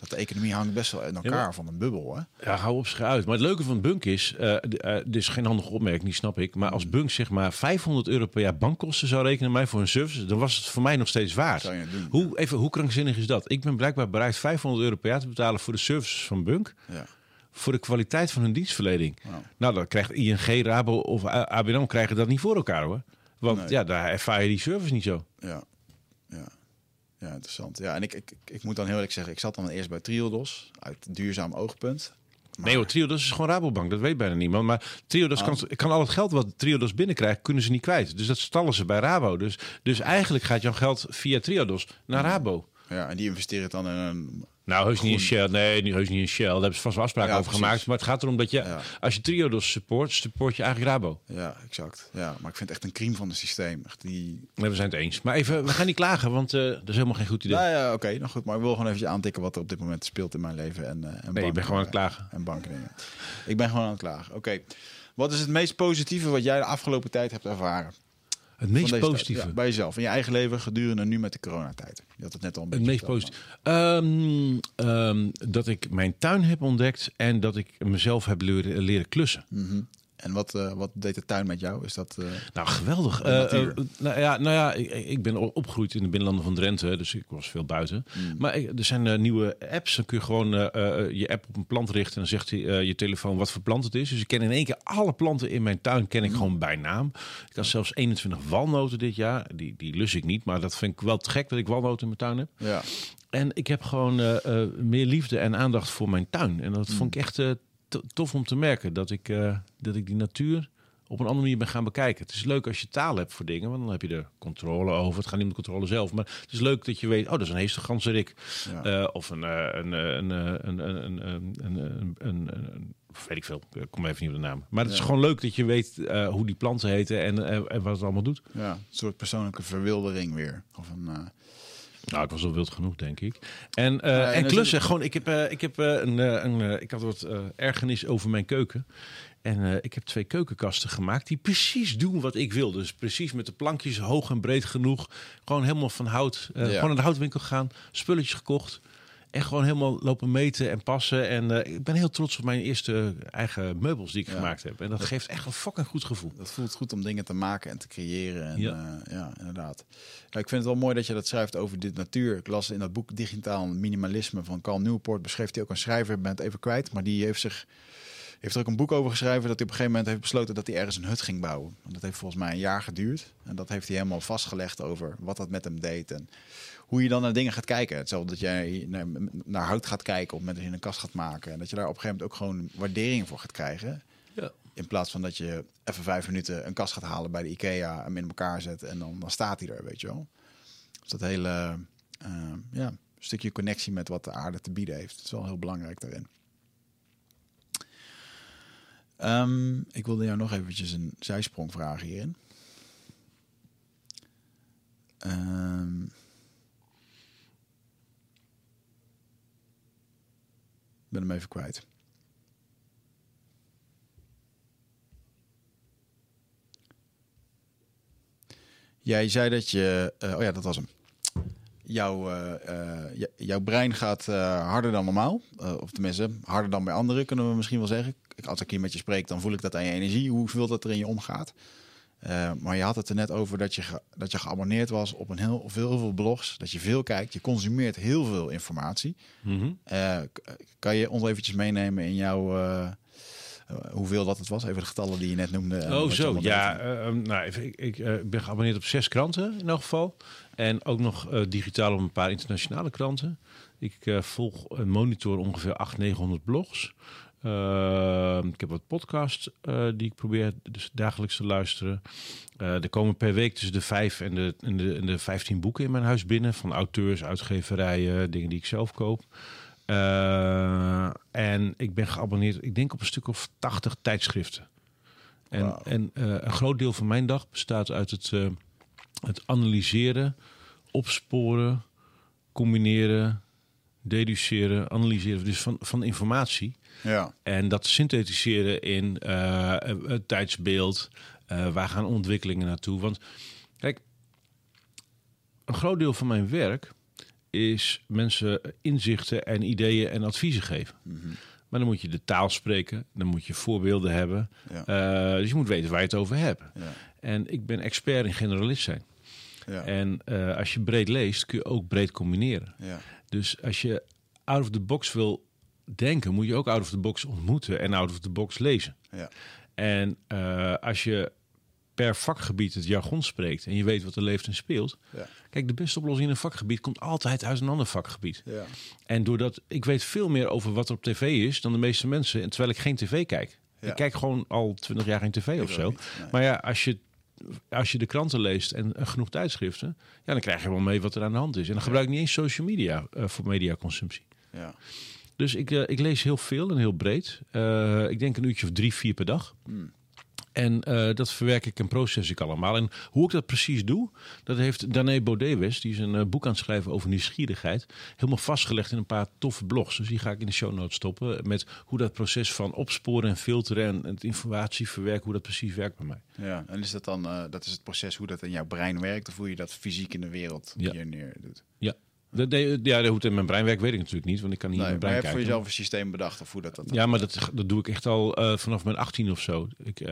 Dat de economie hangt best wel in elkaar van een bubbel, hè? Ja, hou op zich uit. Maar het leuke van Bunk is, dit is geen handige opmerking, die snap ik. Maar als Bunk zeg maar €500 per jaar bankkosten zou rekenen mij voor een service, dan was het voor mij nog steeds waard. Zou je het doen? Hoe krankzinnig is dat? Ik ben blijkbaar bereid €500 per jaar te betalen voor de services van Bunk. Ja. Voor de kwaliteit van hun dienstverlening. Wow. Nou, dan krijgt ING, Rabo of ABN krijgen dat niet voor elkaar, hoor. Want daar ervaar je die service niet zo. Ja, interessant. Ja, en ik moet dan heel eerlijk zeggen, ik zat dan eerst bij Triodos uit duurzaam oogpunt. Maar... Nee hoor, Triodos is gewoon Rabobank, dat weet bijna niemand. Maar Triodos kan al het geld wat Triodos binnenkrijgt, kunnen ze niet kwijt. Dus dat stallen ze bij Rabo. Dus eigenlijk gaat jouw geld via Triodos naar Rabo. Ja, en die investeren het dan in een... Nou, heus niet in Shell. Nee, heus niet in Shell. Daar hebben ze vast wel afspraken over gemaakt. Maar het gaat erom dat je, als je Triodos support je eigenlijk Rabo. Ja, exact. Ja, maar ik vind het echt een crime van het systeem. Echt die... Nee, we zijn het eens. Maar even, we gaan niet klagen, want dat is helemaal geen goed idee. Nou ja, oké, nou goed. Maar ik wil gewoon even aantikken wat er op dit moment speelt in mijn leven. Nee, je bent gewoon aan het klagen. En bankdingen. Ik ben gewoon aan het klagen. Oké. Wat is het meest positieve wat jij de afgelopen tijd hebt ervaren? Het meest positieve? Ja, bij jezelf, in je eigen leven gedurende nu met de coronatijd. Je had het net al een beetje. Het meest positieve? Dat ik mijn tuin heb ontdekt en dat ik mezelf heb leren klussen. Mm-hmm. En wat deed de tuin met jou? Is dat... Nou, geweldig. Ik ben opgegroeid in de binnenlanden van Drenthe, dus ik was veel buiten. Maar er zijn nieuwe apps. Dan kun je gewoon je app op een plant richten en dan zegt je telefoon wat voor plant het is. Dus ik ken in één keer alle planten in mijn tuin gewoon bij naam. Ik had zelfs 21 walnoten dit jaar. Die lus ik niet, maar dat vind ik wel te gek dat ik walnoten in mijn tuin heb. Ja. En ik heb gewoon meer liefde en aandacht voor mijn tuin. En dat vond ik echt... tof om te merken dat ik die natuur op een andere manier ben gaan bekijken. Het is leuk als je taal hebt voor dingen, want dan heb je er controle over. Het gaat niet om de controle zelf, maar het is leuk dat je weet, dat is een heesterganzerik. Ja. Of een weet ik veel, ik kom even niet op de naam. Maar het is gewoon leuk dat je weet hoe die planten heten en wat het allemaal doet. Ja, een soort persoonlijke verwildering weer. Of een... Nou, ik was al wild genoeg, denk ik. En klussen. Gewoon, ik had wat ergernis over mijn keuken. En ik heb 2 keukenkasten gemaakt die precies doen wat ik wil. Dus precies met de plankjes hoog en breed genoeg. Gewoon helemaal van hout. Gewoon naar de houtwinkel gegaan. Spulletjes gekocht. En gewoon helemaal lopen meten en passen. En ik ben heel trots op mijn eerste eigen meubels die ik gemaakt heb. En dat geeft echt een fucking goed gevoel. Dat voelt goed om dingen te maken en te creëren. En, inderdaad. Ja, ik vind het wel mooi dat je dat schrijft over dit natuur. Ik las in dat boek Digitaal Minimalisme van Cal Newport. Beschreef hij ook een schrijver, ik ben het even kwijt. Maar die heeft er ook een boek over geschreven dat hij op een gegeven moment heeft besloten dat hij ergens een hut ging bouwen. En dat heeft volgens mij een jaar geduurd. En dat heeft hij helemaal vastgelegd over wat dat met hem deed. En hoe je dan naar dingen gaat kijken. Hetzelfde dat jij naar hout gaat kijken of met in een kast gaat maken. En dat je daar op een gegeven moment ook gewoon waardering voor gaat krijgen. Ja. In plaats van dat je even 5 minuten een kast gaat halen bij de IKEA, hem in elkaar zet en dan staat hij er, weet je wel. Dus dat hele stukje connectie met wat de aarde te bieden heeft. Dat is wel heel belangrijk daarin. Ik wilde jou nog eventjes een zijsprong vragen hierin. Ik ben hem even kwijt. Jij zei dat je... dat was hem. Jouw brein gaat harder dan normaal. Of tenminste, harder dan bij anderen, kunnen we misschien wel zeggen. Als ik hier met je spreek, dan voel ik dat aan je energie. Hoeveel dat er in je omgaat. Maar je had het er net over dat je geabonneerd was op heel veel blogs. Dat je veel kijkt. Je consumeert heel veel informatie. Mm-hmm. Kan je ons eventjes meenemen in jouw... hoeveel dat het was? Even de getallen die je net noemde. Ik ben geabonneerd op 6 kranten in elk geval. En ook nog digitaal op een paar internationale kranten. Ik volg een monitor ongeveer 800-900 blogs. Ik heb wat podcasts die ik probeer dus dagelijks te luisteren. Er komen per week tussen de 5 en de 15 boeken in mijn huis binnen. Van auteurs, uitgeverijen, dingen die ik zelf koop. En ik ben geabonneerd, ik denk op een stuk of 80 tijdschriften. En een groot deel van mijn dag bestaat uit het analyseren, opsporen, combineren, deduceren, analyseren. Dus van informatie. Ja. En dat synthetiseren in het tijdsbeeld. Waar gaan ontwikkelingen naartoe? Want kijk, een groot deel van mijn werk is mensen inzichten en ideeën en adviezen geven. Mm-hmm. Maar dan moet je de taal spreken, dan moet je voorbeelden hebben. Ja. Dus je moet weten waar je het over hebt. Ja. En ik ben expert in generalist zijn. Ja. En als je breed leest, kun je ook breed combineren. Ja. Dus als je out of the box wil denken, moet je ook out of the box ontmoeten en out of the box lezen. Ja. En als je per vakgebied het jargon spreekt en je weet wat er leeft en speelt. Ja. Kijk, de beste oplossing in een vakgebied komt altijd uit een ander vakgebied. Ja. En doordat ik weet veel meer over wat er op tv is dan de meeste mensen, en terwijl ik geen tv kijk. Ja. Ik kijk gewoon al 20 jaar geen tv of zo. Nee. Maar ja, als je de kranten leest en genoeg tijdschriften, ja, dan krijg je wel mee wat er aan de hand is. En dan gebruik ik niet eens social media voor mediaconsumptie. Ja. Dus ik lees heel veel en heel breed. Ik denk een uurtje of 3-4 per dag. En dat verwerk ik en proces ik allemaal. En hoe ik dat precies doe, dat heeft Dané Baudet, die is een boek aan het schrijven over nieuwsgierigheid, helemaal vastgelegd in een paar toffe blogs. Dus die ga ik in de show notes stoppen met hoe dat proces van opsporen en filteren en het informatie verwerken, hoe dat precies werkt bij mij. Ja, en is dat dan, dat is het proces hoe dat in jouw brein werkt of hoe je dat fysiek in de wereld hier neer doet? Ja. Hoe het in mijn brein werkt, weet ik natuurlijk niet, want ik kan niet in mijn brein kijken. Maar je hebt voor jezelf een systeem bedacht of hoe dat Ja, maar dat doe ik echt al vanaf mijn 18 of zo.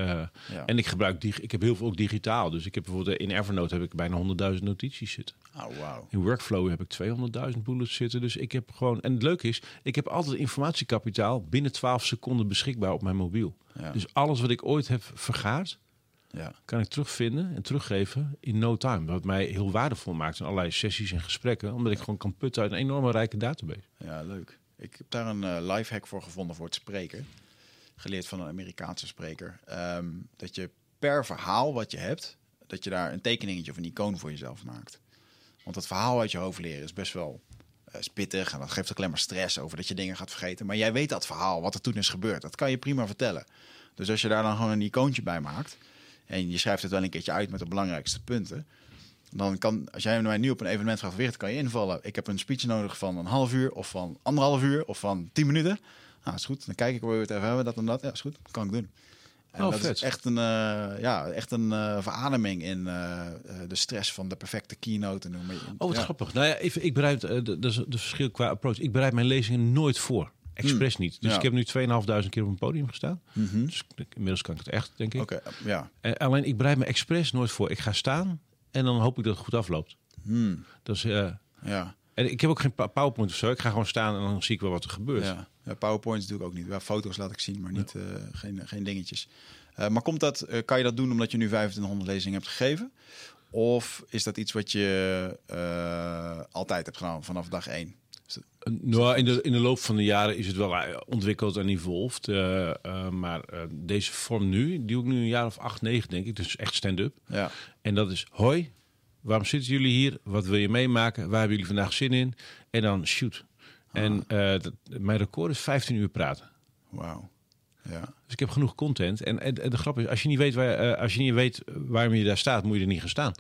En ik gebruik ik heb heel veel ook digitaal. Dus ik heb bijvoorbeeld in Evernote heb ik bijna 100.000 notities zitten. Oh, wow. In Workflow heb ik 200.000 bullets zitten. Dus ik heb gewoon, en het leuke is, ik heb altijd informatiekapitaal binnen 12 seconden beschikbaar op mijn mobiel. Ja. Dus alles wat ik ooit heb vergaard, kan ik terugvinden en teruggeven in no time. Wat mij heel waardevol maakt in allerlei sessies en gesprekken. Omdat ik gewoon kan putten uit een enorme rijke database. Ja, leuk. Ik heb daar een lifehack voor gevonden voor het spreken. Geleerd van een Amerikaanse spreker. Dat je per verhaal wat je hebt, dat je daar een tekeningetje of een icoon voor jezelf maakt. Want het verhaal uit je hoofd leren is best wel pittig. En dat geeft ook alleen maar stress over dat je dingen gaat vergeten. Maar jij weet dat verhaal, wat er toen is gebeurd. Dat kan je prima vertellen. Dus als je daar dan gewoon een icoontje bij maakt en je schrijft het wel een keertje uit met de belangrijkste punten, dan kan, als jij mij nu op een evenement vraagt weer, kan je invallen. Ik heb een speech nodig van een half uur of van 1,5 uur of van 10 minuten. Nou, is goed. Dan kijk ik waar we het even hebben, dat en dat. Ja, is goed. Kan ik doen. En dat vet. Is echt een verademing in de stress van de perfecte keynote. Wat grappig. Nou ja, even, ik bereid, dat is de verschil qua approach. Ik bereid mijn lezingen nooit voor. Expres niet. Dus ik heb nu 2.500 keer op een podium gestaan. Mm-hmm. Dus inmiddels kan ik het echt, denk ik. Okay, ja. Alleen ik bereid me expres nooit voor. Ik ga staan en dan hoop ik dat het goed afloopt. Dus, en ik heb ook geen PowerPoint of zo. Ik ga gewoon staan en dan zie ik wel wat er gebeurt. Ja, PowerPoint doe ik ook niet. Ja, foto's laat ik zien, maar niet, geen dingetjes. Maar kan je dat doen omdat je nu 2500 lezingen hebt gegeven? Of is dat iets wat je altijd hebt gedaan vanaf dag 1? Nou, in de loop van de jaren is het wel ontwikkeld en evolved. Maar deze vorm nu, die doe ik nu een jaar of 8, 9 denk ik. Dus echt stand-up. Ja. En dat is, hoi, waarom zitten jullie hier? Wat wil je meemaken? Waar hebben jullie vandaag zin in? En dan shoot. En mijn record is 15 uur praten. Wauw. Ja. Dus ik heb genoeg content. En de grap is, als je niet weet waarom je daar staat, moet je er niet gaan staan.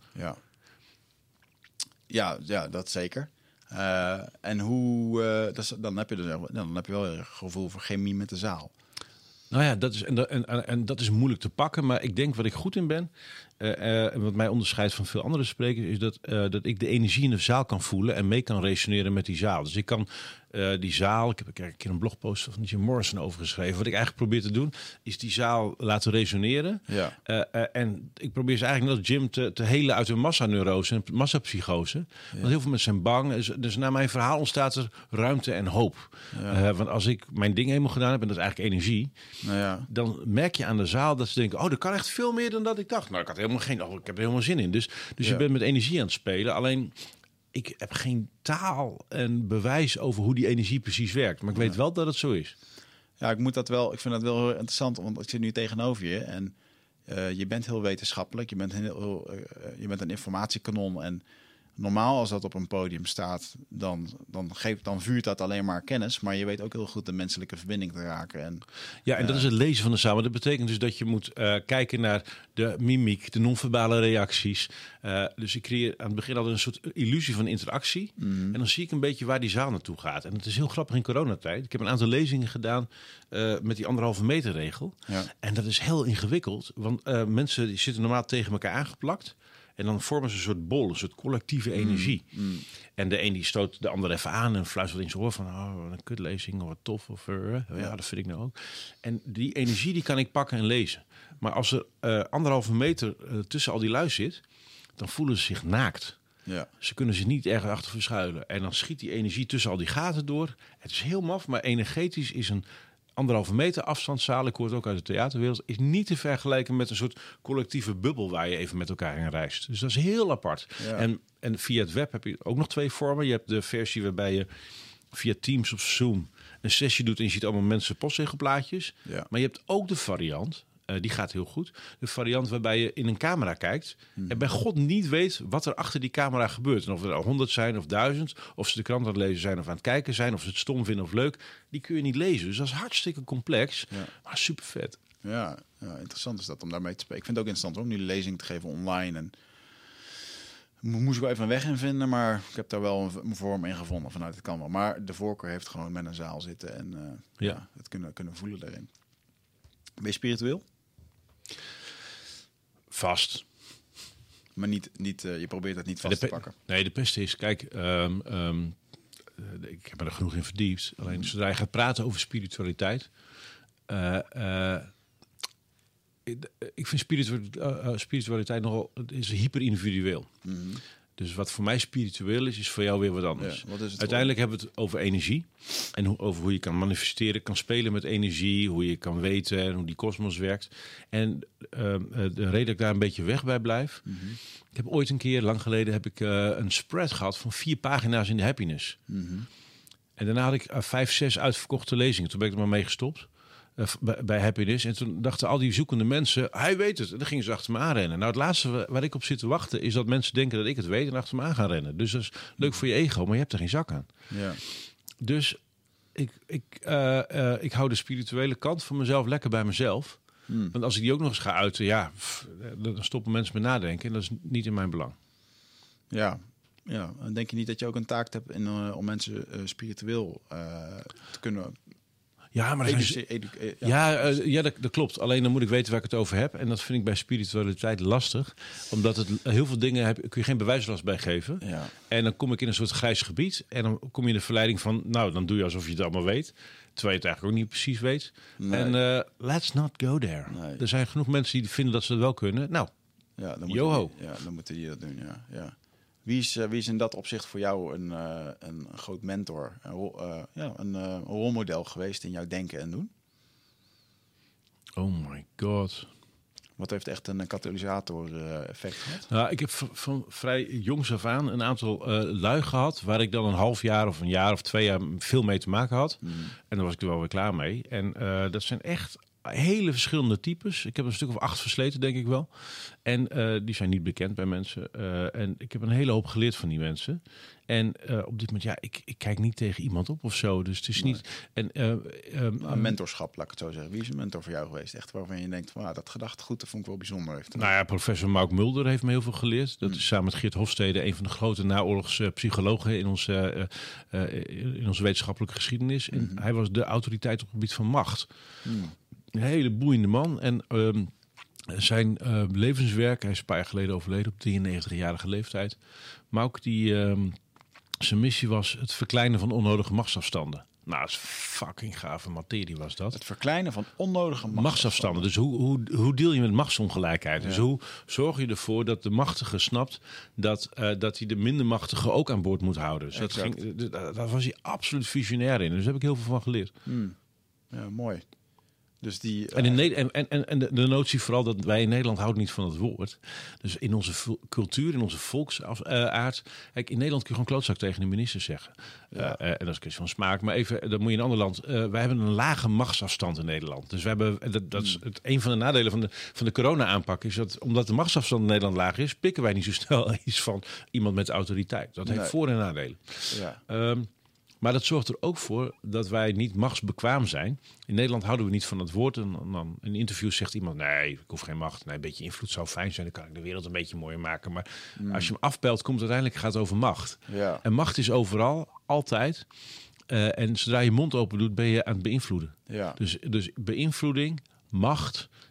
Ja, dat zeker. En hoe, dan heb je wel een gevoel voor chemie met de zaal. Nou ja, dat is moeilijk te pakken. Maar ik denk wat ik goed in ben, en wat mij onderscheidt van veel andere sprekers, is dat ik de energie in de zaal kan voelen en mee kan resoneren met die zaal. Dus ik kan die zaal, ik heb een keer een blogpost van Jim Morrison over geschreven. Wat ik eigenlijk probeer te doen, is die zaal laten resoneren. Ja. En ik probeer ze eigenlijk net als Jim te helen uit hun massaneurose en massapsychose. Ja. Want heel veel mensen zijn bang. Dus na mijn verhaal ontstaat er ruimte en hoop. Ja. Want als ik mijn ding helemaal gedaan heb, en dat is eigenlijk energie, dan merk je aan de zaal dat ze denken, oh, dat kan echt veel meer dan dat ik dacht. Nou, ik heb er helemaal zin in. Dus je bent met energie aan het spelen. Alleen, ik heb geen taal en bewijs over hoe die energie precies werkt. Maar ik weet wel dat het zo is. Ja, ik vind dat wel heel interessant, want ik zit nu tegenover je en je bent heel wetenschappelijk. Je bent een informatiekanon en normaal als dat op een podium staat, dan vuurt dat alleen maar kennis. Maar je weet ook heel goed de menselijke verbinding te raken. En dat is het lezen van de zaal. Maar dat betekent dus dat je moet kijken naar de mimiek, de non-verbale reacties. Dus ik creëer aan het begin altijd een soort illusie van interactie. Mm. En dan zie ik een beetje waar die zaal naartoe gaat. En het is heel grappig in coronatijd. Ik heb een aantal lezingen gedaan met die 1,5 meter regel. Ja. En dat is heel ingewikkeld. Want mensen die zitten normaal tegen elkaar aangeplakt. En dan vormen ze een soort bol, een soort collectieve energie. En de een die stoot de ander even aan en fluistert in zijn oor van... wat een kutlezing, of wat tof. Of, ja, dat vind ik nou ook. En die energie die kan ik pakken en lezen. Maar als er 1,5 meter tussen al die lui zit... dan voelen ze zich naakt. Ja. Ze kunnen zich niet ergens achter verschuilen. En dan schiet die energie tussen al die gaten door. Het is heel maf, maar energetisch is een 1,5 meter afstandszaal, ik hoor het ook uit de theaterwereld, is niet te vergelijken met een soort collectieve bubbel waar je even met elkaar in reist. Dus dat is heel apart. Ja. En via het web heb je ook nog 2 vormen. Je hebt de versie waarbij je via Teams of Zoom een sessie doet en je ziet allemaal mensen postzegelplaatjes. Ja. Maar je hebt ook de variant, die gaat heel goed. De variant waarbij je in een camera kijkt en bij God niet weet wat er achter die camera gebeurt. En of er 100 zijn of 1000, of ze de krant aan het lezen zijn of aan het kijken zijn, of ze het stom vinden of leuk, die kun je niet lezen. Dus dat is hartstikke complex, maar super vet. Ja, interessant is dat om daarmee te spreken. Ik vind het ook interessant om nu lezing te geven online. En moest ik wel even een weg in vinden, maar ik heb daar wel een vorm in gevonden. Vanuit het kan wel. Maar de voorkeur heeft gewoon met een zaal zitten en het kunnen voelen daarin. Ben je spiritueel? Vast. Maar niet je probeert het niet vast te pakken. Nee, de pest is, kijk, ik heb er genoeg in verdiept. Alleen zodra je gaat praten over spiritualiteit, ik vind spiritualiteit nogal, het is hyper-individueel. Mm-hmm. Dus wat voor mij spiritueel is voor jou weer wat anders. Ja, wat is het uiteindelijk hebben we het over energie. En over hoe je kan manifesteren, kan spelen met energie. Hoe je kan weten en hoe die kosmos werkt. En de reden dat ik daar een beetje weg bij blijf. Mm-hmm. Ik heb ooit een keer, lang geleden, heb ik een spread gehad van 4 pagina's in de happiness. Mm-hmm. En daarna had ik 5, 6 uitverkochte lezingen. Toen ben ik er maar mee gestopt. Bij Happiness. En toen dachten al die zoekende mensen, hij weet het. En dan gingen ze achter me aanrennen. Nou, het laatste waar ik op zit te wachten is dat mensen denken dat ik het weet en achter me aan gaan rennen. Dus dat is leuk voor je ego, maar je hebt er geen zak aan. Ja. Dus ik hou de spirituele kant van mezelf lekker bij mezelf. Want als ik die ook nog eens ga uiten, dan stoppen mensen met nadenken. En dat is niet in mijn belang. Ja. Ja, denk je niet dat je ook een taak hebt om mensen spiritueel te kunnen... Ja, maar dat klopt. Alleen dan moet ik weten waar ik het over heb. En dat vind ik bij spiritualiteit lastig. Omdat het heel veel dingen kun je geen bewijslast bij geven. Ja. En dan kom ik in een soort grijs gebied. En dan kom je in de verleiding van, nou, dan doe je alsof je het allemaal weet. Terwijl je het eigenlijk ook niet precies weet. Nee. En let's not go there. Nee. Er zijn genoeg mensen die vinden dat ze het wel kunnen. Nou, dan moeten die dat doen, ja. Wie is in dat opzicht voor jou een groot mentor, een rolmodel geweest in jouw denken en doen? Oh my god. Wat heeft echt een katalysator effect gehad? Nou, ik heb van vrij jongs af aan een aantal lui gehad, waar ik dan een half jaar of een jaar of 2 jaar veel mee te maken had. En dan was ik er wel weer klaar mee. En dat zijn echt hele verschillende types. Ik heb een stuk of 8 versleten, denk ik wel. En die zijn niet bekend bij mensen. En ik heb een hele hoop geleerd van die mensen. En op dit moment, ik kijk niet tegen iemand op of zo. Dus het is niet... Een mentorschap, laat ik het zo zeggen. Wie is een mentor voor jou geweest? Echt waarvan je denkt, dat gedachtegoed, dat vond ik wel bijzonder. Nou ja, professor Mauk Mulder heeft me heel veel geleerd. Dat is samen met Geert Hofstede een van de grote naoorlogse psychologen in onze wetenschappelijke geschiedenis. En hij was de autoriteit op het gebied van macht. Een hele boeiende man. En zijn levenswerk, hij is een paar jaar geleden overleden op 93-jarige leeftijd. Maar ook zijn missie was het verkleinen van onnodige machtsafstanden. Nou, dat is fucking gave materie was dat. Het verkleinen van onnodige machtsafstanden. Dus hoe deel je met machtsongelijkheid? Ja. Dus hoe zorg je ervoor dat de machtige snapt dat hij de minder machtige ook aan boord moet houden? Dus daar was hij absoluut visionair in. Dus daar heb ik heel veel van geleerd. Ja, mooi. Dus en de notie vooral dat wij in Nederland houden niet van het woord. Dus in onze cultuur, in onze volksaard. Kijk, in Nederland kun je gewoon klootzak tegen de minister zeggen. Ja. En dat is een kwestie van smaak. Maar even, dan moet je in een ander land. Wij hebben een lage machtsafstand in Nederland. Dus we hebben, dat is een van de nadelen van de corona-aanpak. Is dat omdat de machtsafstand in Nederland laag is, pikken wij niet zo snel iets van iemand met autoriteit. Dat heeft voor- en nadelen. Ja. Maar dat zorgt er ook voor dat wij niet machtsbekwaam zijn. In Nederland houden we niet van het woord. En dan in interviews zegt iemand, nee, ik hoef geen macht. Nee, een beetje invloed zou fijn zijn. Dan kan ik de wereld een beetje mooier maken. Maar als je hem afpelt, komt het uiteindelijk gaat het over macht. Ja. En macht is overal, altijd. En zodra je mond open doet, ben je aan het beïnvloeden. Ja. Dus beïnvloeding, macht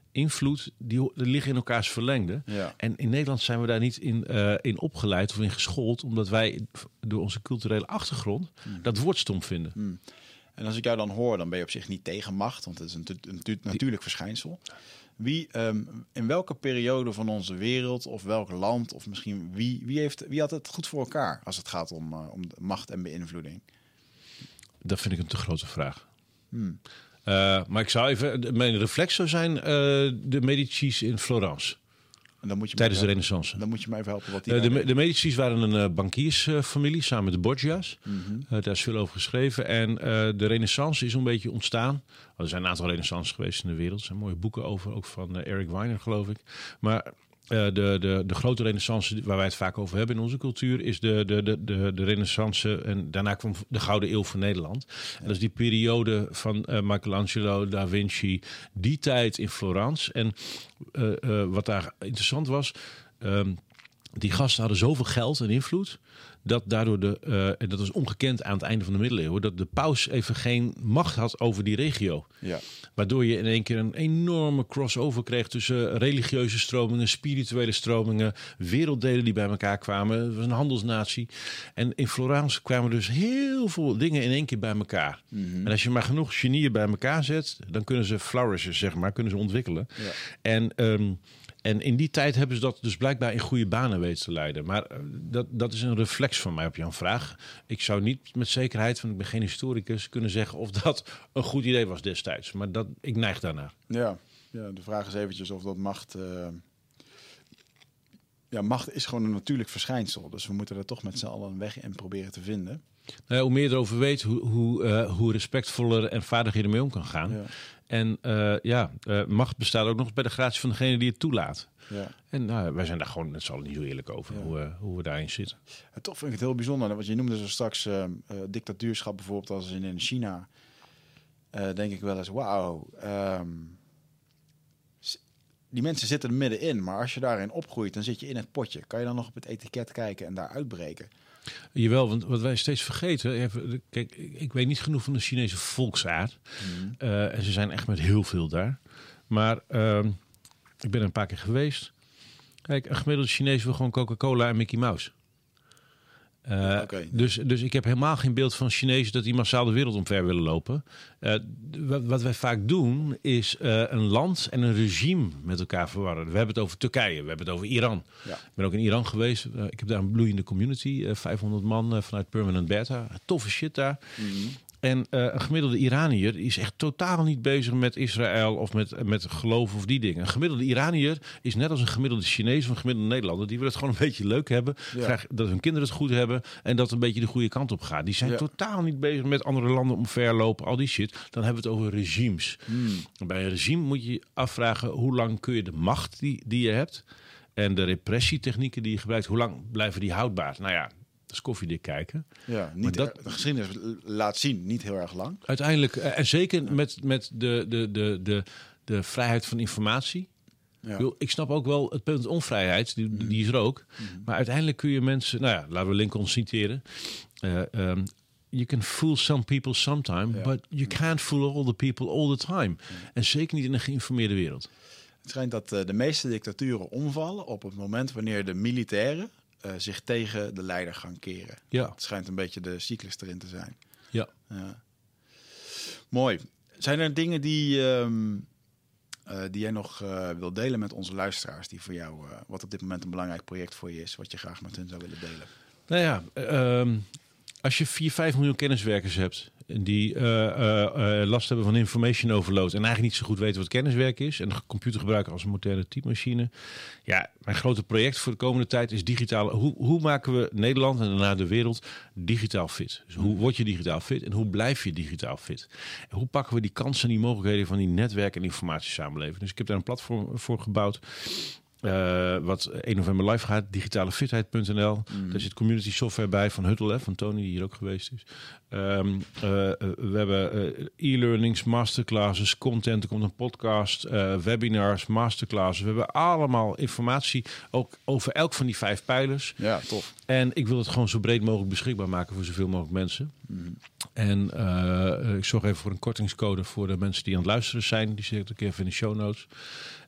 invloed, die liggen in elkaars verlengde. Ja. En in Nederland zijn we daar niet in opgeleid of in geschoold, omdat wij door onze culturele achtergrond dat woord stom vinden. En als ik jou dan hoor, dan ben je op zich niet tegen macht, want het is een natuurlijk verschijnsel. In welke periode van onze wereld of welk land of misschien wie had het goed voor elkaar als het gaat om macht en beïnvloeding? Dat vind ik een te grote vraag. Maar ik zou even... Mijn reflex zou zijn de Medici's in Florence. En dan moet je tijdens de Renaissance. Dan moet je mij even helpen wat die de Medici's waren een bankiersfamilie samen met de Borgia's. Daar is veel over geschreven. En de Renaissance is een beetje ontstaan. Er zijn een aantal Renaissances geweest in de wereld. Er zijn mooie boeken over, ook van Eric Weiner, geloof ik. Maar de grote Renaissance waar wij het vaak over hebben in onze cultuur is de Renaissance. En daarna kwam de Gouden Eeuw van Nederland. En dat is die periode van Michelangelo, Da Vinci, die tijd in Florence. En wat daar interessant was, die gasten hadden zoveel geld en invloed dat daardoor en dat was ongekend aan het einde van de middeleeuwen, dat de paus even geen macht had over die regio. Ja. Waardoor je in één keer een enorme crossover kreeg tussen religieuze stromingen, spirituele stromingen, werelddelen die bij elkaar kwamen. Het was een handelsnatie. En in Florence kwamen dus heel veel dingen in één keer bij elkaar. En als je maar genoeg genieën bij elkaar zet, dan kunnen ze flourishen, zeg maar, kunnen ze ontwikkelen. Ja. En in die tijd hebben ze dat dus blijkbaar in goede banen weten te leiden. Maar dat is een reflex van mij op jouw vraag. Ik zou niet met zekerheid, want ik ben geen historicus, kunnen zeggen of dat een goed idee was destijds. Maar ik neig daarnaar. Ja, de vraag is eventjes of dat macht... macht is gewoon een natuurlijk verschijnsel. Dus we moeten er toch met z'n allen een weg in proberen te vinden. Hoe meer je erover weet, hoe respectvoller en vaardiger je ermee om kan gaan. Ja. En macht bestaat ook nog bij de gratie van degene die het toelaat. Ja. En wij zijn daar gewoon met z'n allen niet zo eerlijk over hoe we daarin zitten. Toch vind ik het heel bijzonder. Want je noemde zo straks dictatuurschap bijvoorbeeld als in China. Denk ik wel eens, wauw. Die mensen zitten er middenin. Maar als je daarin opgroeit, dan zit je in het potje. Kan je dan nog op het etiket kijken en daar uitbreken? Jawel, want wat wij steeds vergeten... Kijk, ik weet niet genoeg van de Chinese volksaard. En ze zijn echt met heel veel daar. Maar ik ben er een paar keer geweest. Kijk, een gemiddelde Chinees wil gewoon Coca-Cola en Mickey Mouse. Dus ik heb helemaal geen beeld van Chinezen dat die massaal de wereld omver willen lopen. Wat wij vaak doen is een land en een regime met elkaar verwarren. We hebben het over Turkije, we hebben het over Iran. Ja. Ik ben ook in Iran geweest. Ik heb daar een bloeiende community. 500 man vanuit Permanent Beta. Toffe shit daar. En een gemiddelde Iranier is echt totaal niet bezig met Israël of met geloof of die dingen. Een gemiddelde Iranier is net als een gemiddelde Chinees of een gemiddelde Nederlander. Die willen het gewoon een beetje leuk hebben. Graag dat hun kinderen het goed hebben en dat het een beetje de goede kant op gaat. Die zijn totaal niet bezig met andere landen omverlopen, al die shit. Dan hebben we het over regimes. Bij een regime moet je je afvragen hoe lang kun je de macht die je hebt en de repressietechnieken die je gebruikt, hoe lang blijven die houdbaar? Nou ja, dat is koffiedik kijken. Ja, de geschiedenis laat zien, niet heel erg lang. Uiteindelijk, en zeker met de vrijheid van informatie. Ja. Ik snap ook wel het punt onvrijheid, die is er ook. Maar uiteindelijk kun je mensen, laten we Lincoln citeren. You can fool some people sometime, but you can't fool all the people all the time. En zeker niet in een geïnformeerde wereld. Het schijnt dat de meeste dictaturen omvallen op het moment wanneer de militairen zich tegen de leider gaan keren. Ja. Het schijnt een beetje de cyclus erin te zijn. Ja. Mooi. Zijn er dingen die jij nog wil delen met onze luisteraars, die voor jou, wat op dit moment een belangrijk project voor je is, wat je graag met hen zou willen delen? Nou ja, als je 4-5 miljoen kenniswerkers hebt die last hebben van information overload en eigenlijk niet zo goed weten wat kenniswerk is en de computer gebruiken als een moderne typemachine. Ja, mijn grote project voor de komende tijd is digitaal. Hoe maken we Nederland en daarna de wereld digitaal fit? Dus hoe word je digitaal fit en hoe blijf je digitaal fit? En hoe pakken we die kansen en die mogelijkheden van die netwerk- en informatiesamenleving? Dus ik heb daar een platform voor gebouwd. Wat 1 november live gaat, digitalefitheid.nl. Daar zit community software bij van Huttel, van Tony, die hier ook geweest is. We hebben e-learnings, masterclasses, content. Er komt een podcast, webinars, masterclasses. We hebben allemaal informatie ook over elk van die 5 pijlers. Ja, tof. En ik wil het gewoon zo breed mogelijk beschikbaar maken voor zoveel mogelijk mensen. En ik zorg even voor een kortingscode voor de mensen die aan het luisteren zijn. Die zit ik een keer even in de show notes.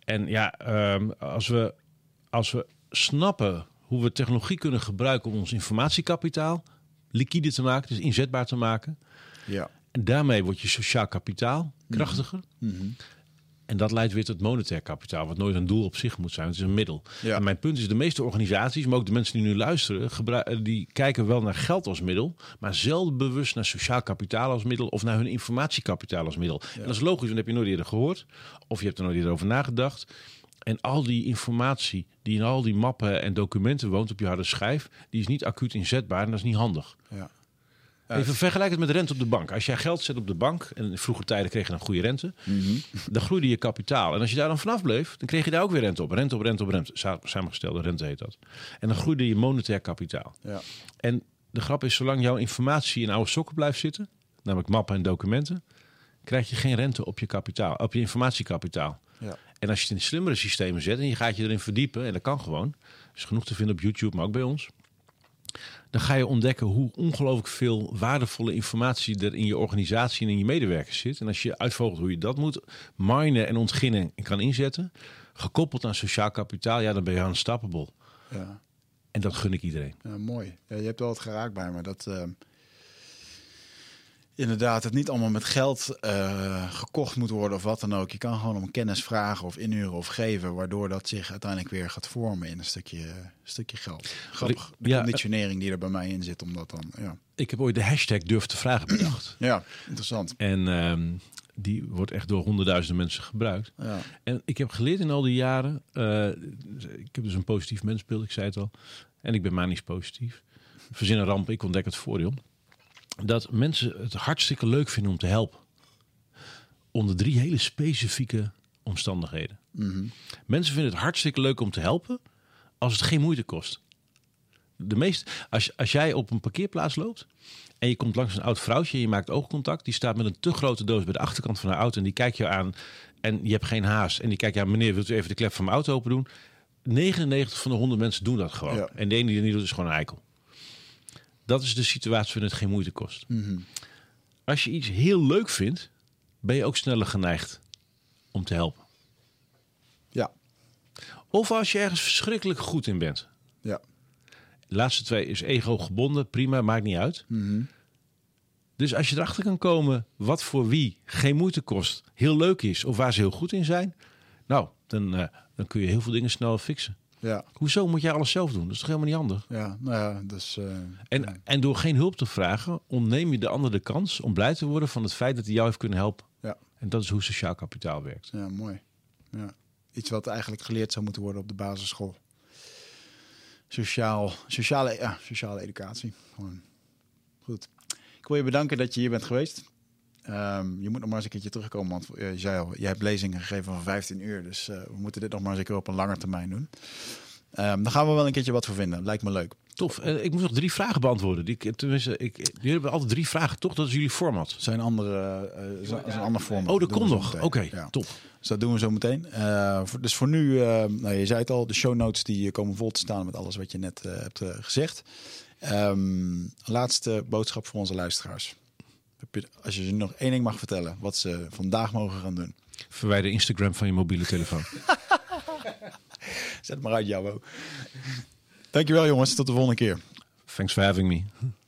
En ja, als we snappen hoe we technologie kunnen gebruiken om ons informatiekapitaal liquide te maken, dus inzetbaar te maken. Ja. En daarmee wordt je sociaal kapitaal krachtiger. Mm-hmm. En dat leidt weer tot monetair kapitaal, wat nooit een doel op zich moet zijn. Het is een middel. Ja. En mijn punt is, de meeste organisaties, maar ook de mensen die nu luisteren, die kijken wel naar geld als middel, maar zelden bewust naar sociaal kapitaal als middel of naar hun informatiekapitaal als middel. Ja. En dat is logisch, want dat heb je nooit eerder gehoord. Of je hebt er nooit eerder over nagedacht. En al die informatie die in al die mappen en documenten woont op je harde schijf, die is niet acuut inzetbaar en dat is niet handig. Ja. Even vergelijk het met de rente op de bank. Als jij geld zet op de bank, en in vroege tijden kreeg je een goede rente, dan groeide je kapitaal. En als je daar dan vanaf bleef, dan kreeg je daar ook weer rente op. Rente op rente op rente. Samengestelde rente heet dat. En dan groeide je monetair kapitaal. Ja. En de grap is, zolang jouw informatie in oude sokken blijft zitten, namelijk mappen en documenten, krijg je geen rente op je kapitaal, op je informatiekapitaal. Ja. En als je het in slimmere systemen zet en je gaat je erin verdiepen, en dat kan gewoon, is genoeg te vinden op YouTube, maar ook bij ons, dan ga je ontdekken hoe ongelooflijk veel waardevolle informatie er in je organisatie en in je medewerkers zit. En als je uitvogelt hoe je dat moet minen en ontginnen en kan inzetten, gekoppeld aan sociaal kapitaal, ja, dan ben je unstoppable. Ja. En dat gun ik iedereen. Ja, mooi. Ja, je hebt wel wat geraakt bij me. Dat inderdaad het niet allemaal met geld gekocht moet worden of wat dan ook. Je kan gewoon om kennis vragen of inhuren of geven, waardoor dat zich uiteindelijk weer gaat vormen in een stukje geld. Grappig, de conditionering die er bij mij in zit, omdat dan... Ja. Ik heb ooit de hashtag durf te vragen bedacht. Ja, interessant. En die wordt echt door honderdduizenden mensen gebruikt. Ja. En ik heb geleerd in al die jaren, ik heb dus een positief mensbeeld, ik zei het al, en ik ben manisch positief. Verzin een ramp, ik ontdek het voordeel. Dat mensen het hartstikke leuk vinden om te helpen. Onder 3 hele specifieke omstandigheden. Mm-hmm. Mensen vinden het hartstikke leuk om te helpen als het geen moeite kost. Als jij op een parkeerplaats loopt en je komt langs een oud vrouwtje en je maakt oogcontact, die staat met een te grote doos bij de achterkant van haar auto en die kijkt je aan en je hebt geen haast. En die kijkt je aan, meneer, wilt u even de klep van mijn auto open doen? 99 van de 100 mensen doen dat gewoon. Ja. En de ene die het niet doet is gewoon een eikel. Dat is de situatie waarin het geen moeite kost. Mm-hmm. Als je iets heel leuk vindt, ben je ook sneller geneigd om te helpen. Ja. Of als je ergens verschrikkelijk goed in bent. Ja. De laatste 2 is ego gebonden, prima, maakt niet uit. Mm-hmm. Dus als je erachter kan komen wat voor wie geen moeite kost, heel leuk is of waar ze heel goed in zijn, nou, dan kun je heel veel dingen snel fixen. Ja. Hoezo moet jij alles zelf doen? Dat is toch helemaal niet handig? Ja, nou ja, dus... En door geen hulp te vragen, ontneem je de ander de kans om blij te worden van het feit dat hij jou heeft kunnen helpen. Ja. En dat is hoe sociaal kapitaal werkt. Ja, mooi. Ja. Iets wat eigenlijk geleerd zou moeten worden op de basisschool. Sociale educatie. Gewoon. Goed. Ik wil je bedanken dat je hier bent geweest. Je moet nog maar eens een keertje terugkomen, want je zei al, je hebt lezingen gegeven van 15 uur. Dus we moeten dit nog maar eens een keer op een lange termijn doen. Dan gaan we wel een keertje wat voor vinden. Lijkt me leuk. Tof. Ik moet nog 3 vragen beantwoorden. Jullie hebben altijd 3 vragen, toch? Dat is jullie format. Zijn een ander format. Oh, dat komt nog. Oké, ja. top. Dus dat doen we zo meteen. Dus voor nu, je zei het al, de show notes die komen vol te staan met alles wat je net hebt gezegd. Laatste boodschap voor onze luisteraars. Als je ze nog 1 ding mag vertellen, wat ze vandaag mogen gaan doen. Verwijder Instagram van je mobiele telefoon. Zet maar uit, Jabo. Dankjewel jongens, tot de volgende keer. Thanks for having me.